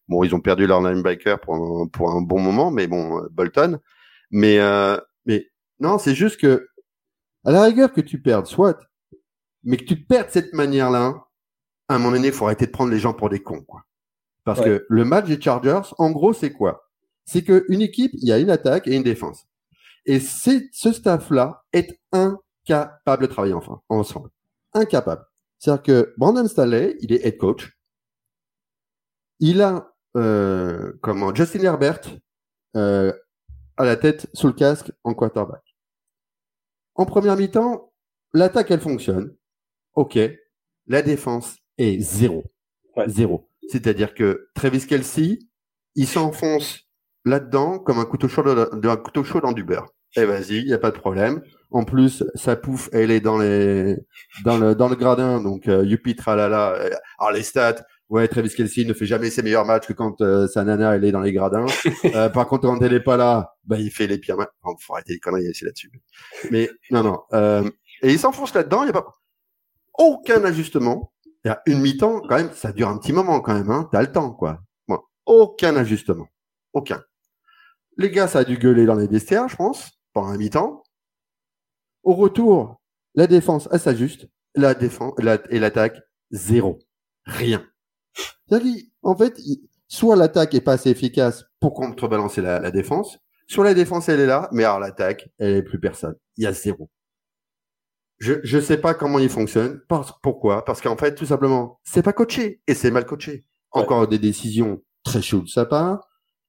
Speaker 2: Bon, ils ont perdu leur linebacker pour un bon moment, mais bon, Bolton. Mais non, c'est juste que à la rigueur que tu perdes, soit, mais que tu te perds de cette manière-là, à un moment donné, il faut arrêter de prendre les gens pour des cons, quoi. Parce que le match des Chargers, en gros, c'est quoi? C'est qu'une équipe, il y a une attaque et une défense. Et ce staff-là est incapable de travailler ensemble. Incapable. C'est-à-dire que Brandon Staley, il est head coach. Il a Justin Herbert à la tête sous le casque en quarterback. En première mi-temps, l'attaque, elle fonctionne. OK. La défense est zéro.
Speaker 1: Ouais.
Speaker 2: Zéro. C'est-à-dire que Travis Kelce, il s'enfonce là-dedans comme un couteau chaud dans du beurre. Eh vas-y, il y a pas de problème. En plus, sa pouffe, elle est dans le gradin, donc youpi tralala. Alors les stats, ouais, Travis Kelce ne fait jamais ses meilleurs matchs que quand sa nana elle est dans les gradins. Par contre, quand elle est pas là, bah il fait les pires matchs. Enfin, faut arrêter les conneries ici là-dessus. Mais non. Et il s'enfonce là-dedans. Il y a pas aucun ajustement. Il y a une mi-temps quand même, ça dure un petit moment quand même. Hein, t'as le temps quoi. Bon, aucun ajustement, aucun. Les gars, ça a dû gueuler dans les vestiaires, je pense, pendant un mi-temps. Au retour, la défense, elle s'ajuste. Et l'attaque, zéro. Rien. C'est-à-dire qu'en fait, soit l'attaque est pas assez efficace pour contrebalancer la défense, soit la défense, elle est là, mais alors l'attaque, elle est plus personne. Il y a zéro. Je sais pas comment il fonctionne. Pourquoi? Parce qu'en fait, tout simplement, c'est pas coaché et c'est mal coaché. Encore des décisions très chaudes de sa part.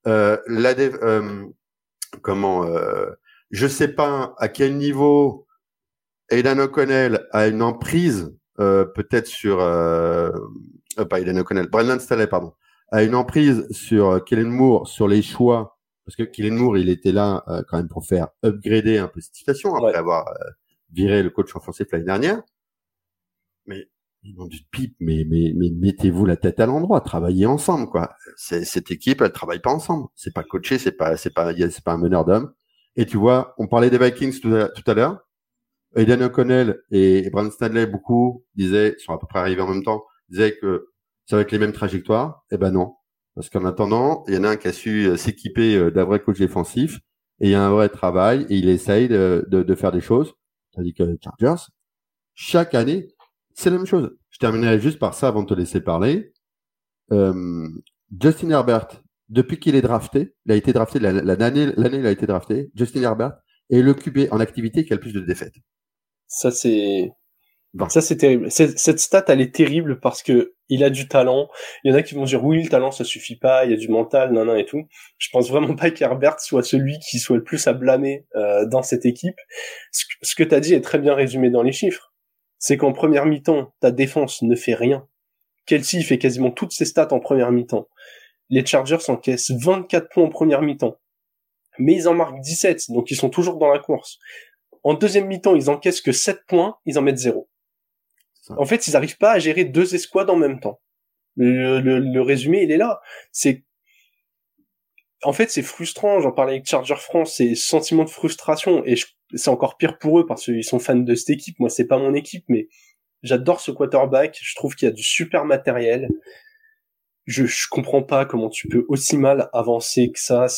Speaker 2: Je sais pas à quel niveau Aidan O'Connell a une emprise, peut-être sur, pas Aidan O'Connell, Brandon Staley, pardon, a une emprise sur Kellen Moore, sur les choix, parce que Kellen Moore, il était là quand même pour faire upgrader un peu cette situation après avoir viré le coach offensif l'année dernière. Mais ils m'ont dit pipe, mais mettez-vous la tête à l'endroit, travaillez ensemble, quoi. Cette équipe, elle travaille pas ensemble. C'est pas coaché, c'est pas un meneur d'hommes. Et tu vois, on parlait des Vikings tout à l'heure. Aidan O'Connell et Brandon Staley, beaucoup disaient, sont à peu près arrivés en même temps, disaient que ça va être les mêmes trajectoires. Eh ben non. Parce qu'en attendant, il y en a un qui a su s'équiper d'un vrai coach défensif et il y a un vrai travail et il essaye de faire des choses. Tandis que les Chargers, chaque année, c'est la même chose. Je terminerai juste par ça avant de te laisser parler. Justin Herbert, depuis qu'il est drafté, il a été drafté l'année il a été drafté. Justin Herbert est le QB en activité qui a le plus de défaites.
Speaker 1: Ça c'est terrible. Cette stat elle est terrible parce que il a du talent. Il y en a qui vont dire oui, le talent ça suffit pas, il y a du mental, nan et tout. Je pense vraiment pas qu'Herbert soit celui qui soit le plus à blâmer dans cette équipe. Ce que t'as dit est très bien résumé dans les chiffres. C'est qu'en première mi-temps, ta défense ne fait rien. Kelce fait quasiment toutes ses stats en première mi-temps. Les Chargers encaissent 24 points en première mi-temps. Mais ils en marquent 17, donc ils sont toujours dans la course. En deuxième mi-temps, ils encaissent que 7 points, ils en mettent 0. En fait, ils n'arrivent pas à gérer deux escouades en même temps. Le résumé, il est là. En fait, c'est frustrant. J'en parlais avec Charger France, c'est ce sentiment de frustration. Et c'est encore pire pour eux parce qu'ils sont fans de cette équipe. Moi, c'est pas mon équipe, mais j'adore ce quarterback. Je trouve qu'il y a du super matériel. Je comprends pas comment tu peux aussi mal avancer que ça.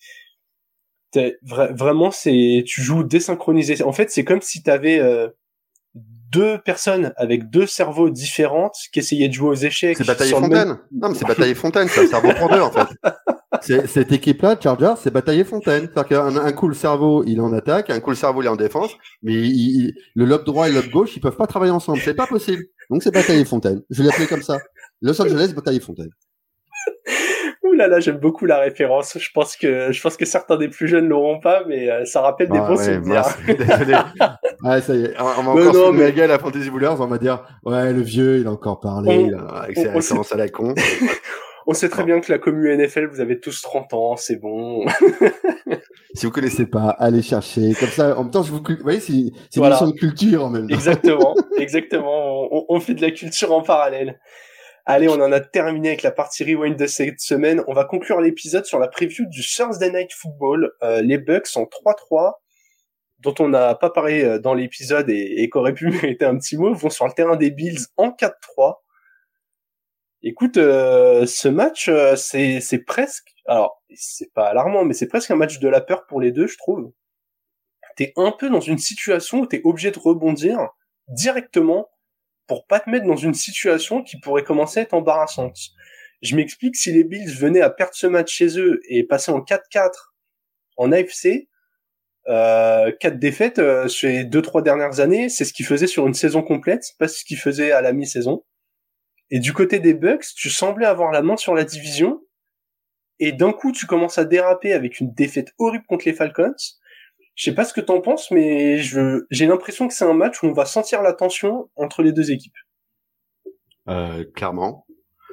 Speaker 1: Vraiment, tu joues désynchronisé. En fait, c'est comme si t'avais deux personnes avec deux cerveaux différentes qui essayaient de jouer aux échecs.
Speaker 2: C'est Bataille et Fontaine. Non, mais c'est Bataille et Fontaine, c'est un cerveau pour deux, en fait. Cette équipe-là, Chargers, c'est Bataille et Fontaine. C'est-à-dire qu'un coup, le cerveau, il est en attaque, un coup, le cerveau, il est en défense, mais le lobe droit et le lobe gauche, ils peuvent pas travailler ensemble. C'est pas possible. Donc, c'est Bataille et Fontaine. Je l'ai appelé comme ça. Los Angeles, Bataille et Fontaine.
Speaker 1: Ouh là là, j'aime beaucoup la référence. Je pense que certains des plus jeunes l'auront pas, mais ça rappelle des bons souvenirs.
Speaker 2: Désolé. Ouais, ça y est. On va encore se foutre de la gueule à Fantasy Bullers. On va dire, ouais, le vieux, il a encore parlé, avec ses références à la con.
Speaker 1: On sait très bien que la commu NFL, vous avez tous 30 ans, c'est bon.
Speaker 2: Si vous connaissez pas, allez chercher. Comme ça, en même temps, vous voyez, c'est une émission de culture en même temps.
Speaker 1: Exactement. On fait de la culture en parallèle. Allez, on en a terminé avec la partie rewind de cette semaine. On va conclure l'épisode sur la preview du Thursday Night Football. Les Bucks en 3-3, dont on n'a pas parlé dans l'épisode et qu'aurait pu mériter un petit mot, vont sur le terrain des Bills en 4-3. Écoute, ce match, c'est presque, alors c'est pas alarmant, mais c'est presque un match de la peur pour les deux, je trouve. T'es un peu dans une situation où t'es obligé de rebondir directement pour pas te mettre dans une situation qui pourrait commencer à être embarrassante. Je m'explique, si les Bills venaient à perdre ce match chez eux et passer en 4-4 en AFC, 4 défaites ces 2-3 dernières années, c'est ce qu'ils faisaient sur une saison complète, pas ce qu'ils faisaient à la mi-saison. Et du côté des Bucks, tu semblais avoir la main sur la division, et d'un coup tu commences à déraper avec une défaite horrible contre les Falcons. Je sais pas ce que t'en penses, mais j'ai l'impression que c'est un match où on va sentir la tension entre les deux équipes.
Speaker 2: Clairement,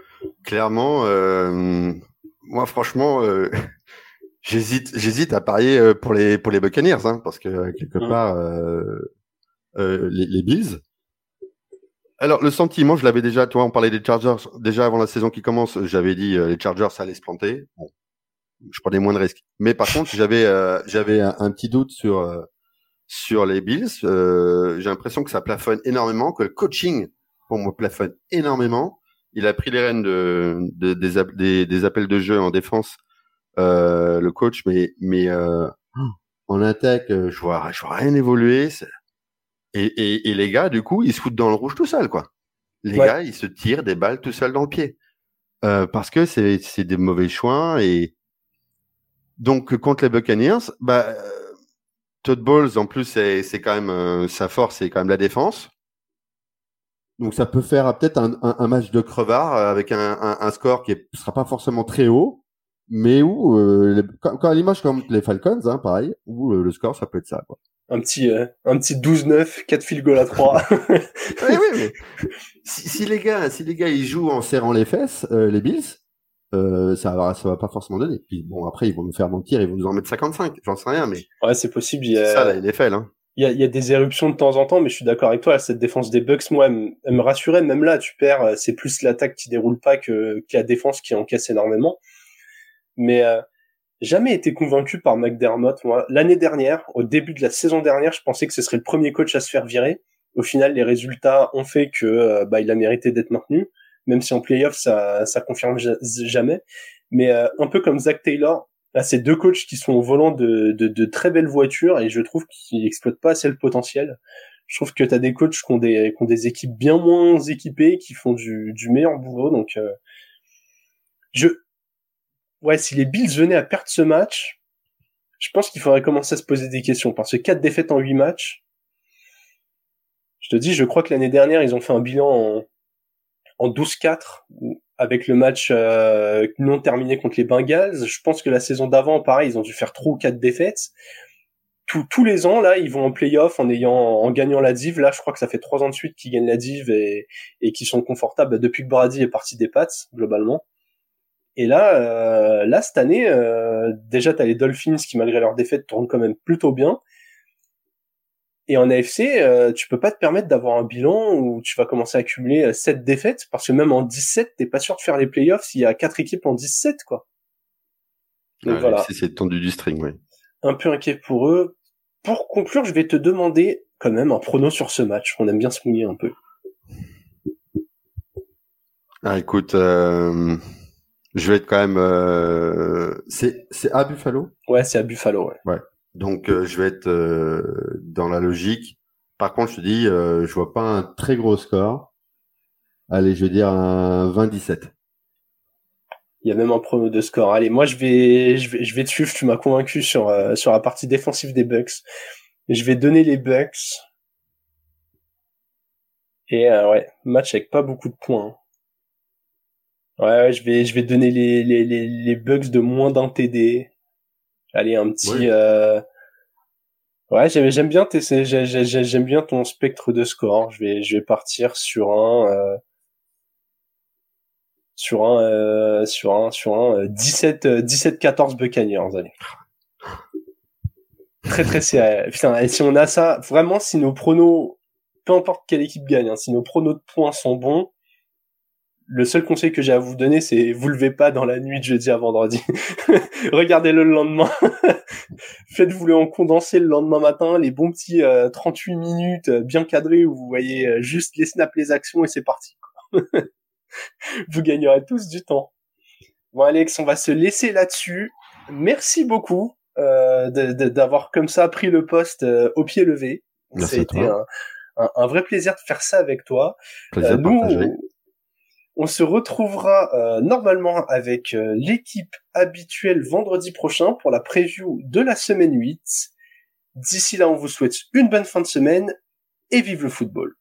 Speaker 2: moi franchement, j'hésite à parier pour les Buccaneers, hein, parce que quelque part les Bills. Alors le sentiment, je l'avais déjà, toi, on parlait des Chargers déjà avant la saison qui commence. J'avais dit les Chargers ça allait se planter. Bon, je prenais moins de risques. Mais par contre, j'avais un petit doute sur les Bills. J'ai l'impression que ça plafonne énormément, que le coaching pour moi plafonne énormément. Il a pris les rênes des appels de jeu en défense, le coach, mais en attaque, je vois rien évoluer. Et les gars, du coup, ils se foutent dans le rouge tout seuls, quoi. Les gars, ils se tirent des balles tout seuls dans le pied. Parce que c'est des mauvais choix. Et donc, contre les Buccaneers, Todd Bowles, en plus, c'est quand même sa force, c'est quand même la défense. Donc, ça peut faire peut-être un match de crevard avec un score qui sera pas forcément très haut, mais où, quand à l'image comme les Falcons, hein, pareil, où le score, ça peut être ça, quoi.
Speaker 1: Un petit 12-9, 4 field goal à 3.
Speaker 2: oui, mais si les gars ils jouent en serrant les fesses, les Bills, ça va pas forcément donner. Puis bon, après ils vont nous faire mentir, ils vont nous en mettre 55, j'en sais rien, mais
Speaker 1: ouais, c'est possible.
Speaker 2: C'est ça la NFL, hein.
Speaker 1: Il y a des éruptions de temps en temps, mais je suis d'accord avec toi. Cette défense des Bucks, moi, elle me rassurait. Même là, tu perds, c'est plus l'attaque qui déroule pas que la défense qui encaisse énormément. Mais jamais été convaincu par McDermott. Moi, l'année dernière, au début de la saison dernière, je pensais que ce serait le premier coach à se faire virer. Au final, les résultats ont fait que il a mérité d'être maintenu, même si en playoff ça confirme jamais. Mais un peu comme Zach Taylor, là, c'est deux coachs qui sont au volant de très belles voitures et je trouve qu'ils exploitent pas assez le potentiel. Je trouve que t'as des coachs qui ont des équipes bien moins équipées, qui font du meilleur boulot. Donc si les Bills venaient à perdre ce match, je pense qu'il faudrait commencer à se poser des questions, parce que 4 défaites en 8 matchs, je te dis, je crois que l'année dernière, ils ont fait un bilan en 12-4, avec le match non terminé contre les Bengals. Je pense que la saison d'avant, pareil, ils ont dû faire 3 ou 4 défaites. Tous les ans, là, ils vont en play-off en gagnant la div. Là, je crois que ça fait 3 ans de suite qu'ils gagnent la div et qu'ils sont confortables depuis que Brady est parti des Pats, globalement. Et là, cette année, déjà t'as les Dolphins qui, malgré leur défaite, tournent quand même plutôt bien. Et en AFC, tu peux pas te permettre d'avoir un bilan où tu vas commencer à accumuler 7 défaites, parce que même en 17, t'es pas sûr de faire les playoffs s'il y a 4 équipes en 17, quoi. Donc voilà.
Speaker 2: C'est tendu du string, oui.
Speaker 1: Un peu inquiet pour eux. Pour conclure, je vais te demander quand même un prono sur ce match. On aime bien se mouiller un peu.
Speaker 2: Écoute, je vais être quand même. C'est à Buffalo.
Speaker 1: Ouais, c'est à Buffalo. Ouais.
Speaker 2: Donc je vais être dans la logique. Par contre, je te dis, je vois pas un très gros score. Allez, je vais dire un 20-17.
Speaker 1: Il y a même un prono de score. Allez, moi je vais te suivre. Tu m'as convaincu sur la partie défensive des Bucks. Je vais donner les Bucks. Et match avec pas beaucoup de points. Ouais, je vais donner les Bucks de moins d'un TD. Allez, un petit. Ouais, j'aime bien j'aime bien ton spectre de score. Je vais partir sur un 17-14 Buccaneers. Allez. Très très serré. Putain, et si on a ça, vraiment, si nos pronos, peu importe quelle équipe gagne, hein, si nos pronos de points sont bons, le seul conseil que j'ai à vous donner, c'est vous levez pas dans la nuit de jeudi à vendredi. Regardez-le le lendemain. Faites-vous-le en condensé le lendemain matin, les bons petits 38 minutes bien cadrés où vous voyez juste les snaps, les actions et c'est parti. Vous gagnerez tous du temps. Bon, Alex, on va se laisser là-dessus. Merci beaucoup d'avoir comme ça pris le poste au pied levé.
Speaker 2: Merci
Speaker 1: Ça a
Speaker 2: à
Speaker 1: été
Speaker 2: toi.
Speaker 1: un vrai plaisir de faire ça avec toi.
Speaker 2: Plaisir partagé.
Speaker 1: On se retrouvera normalement avec l'équipe habituelle vendredi prochain pour la preview de la semaine 8. D'ici là, on vous souhaite une bonne fin de semaine et vive le football.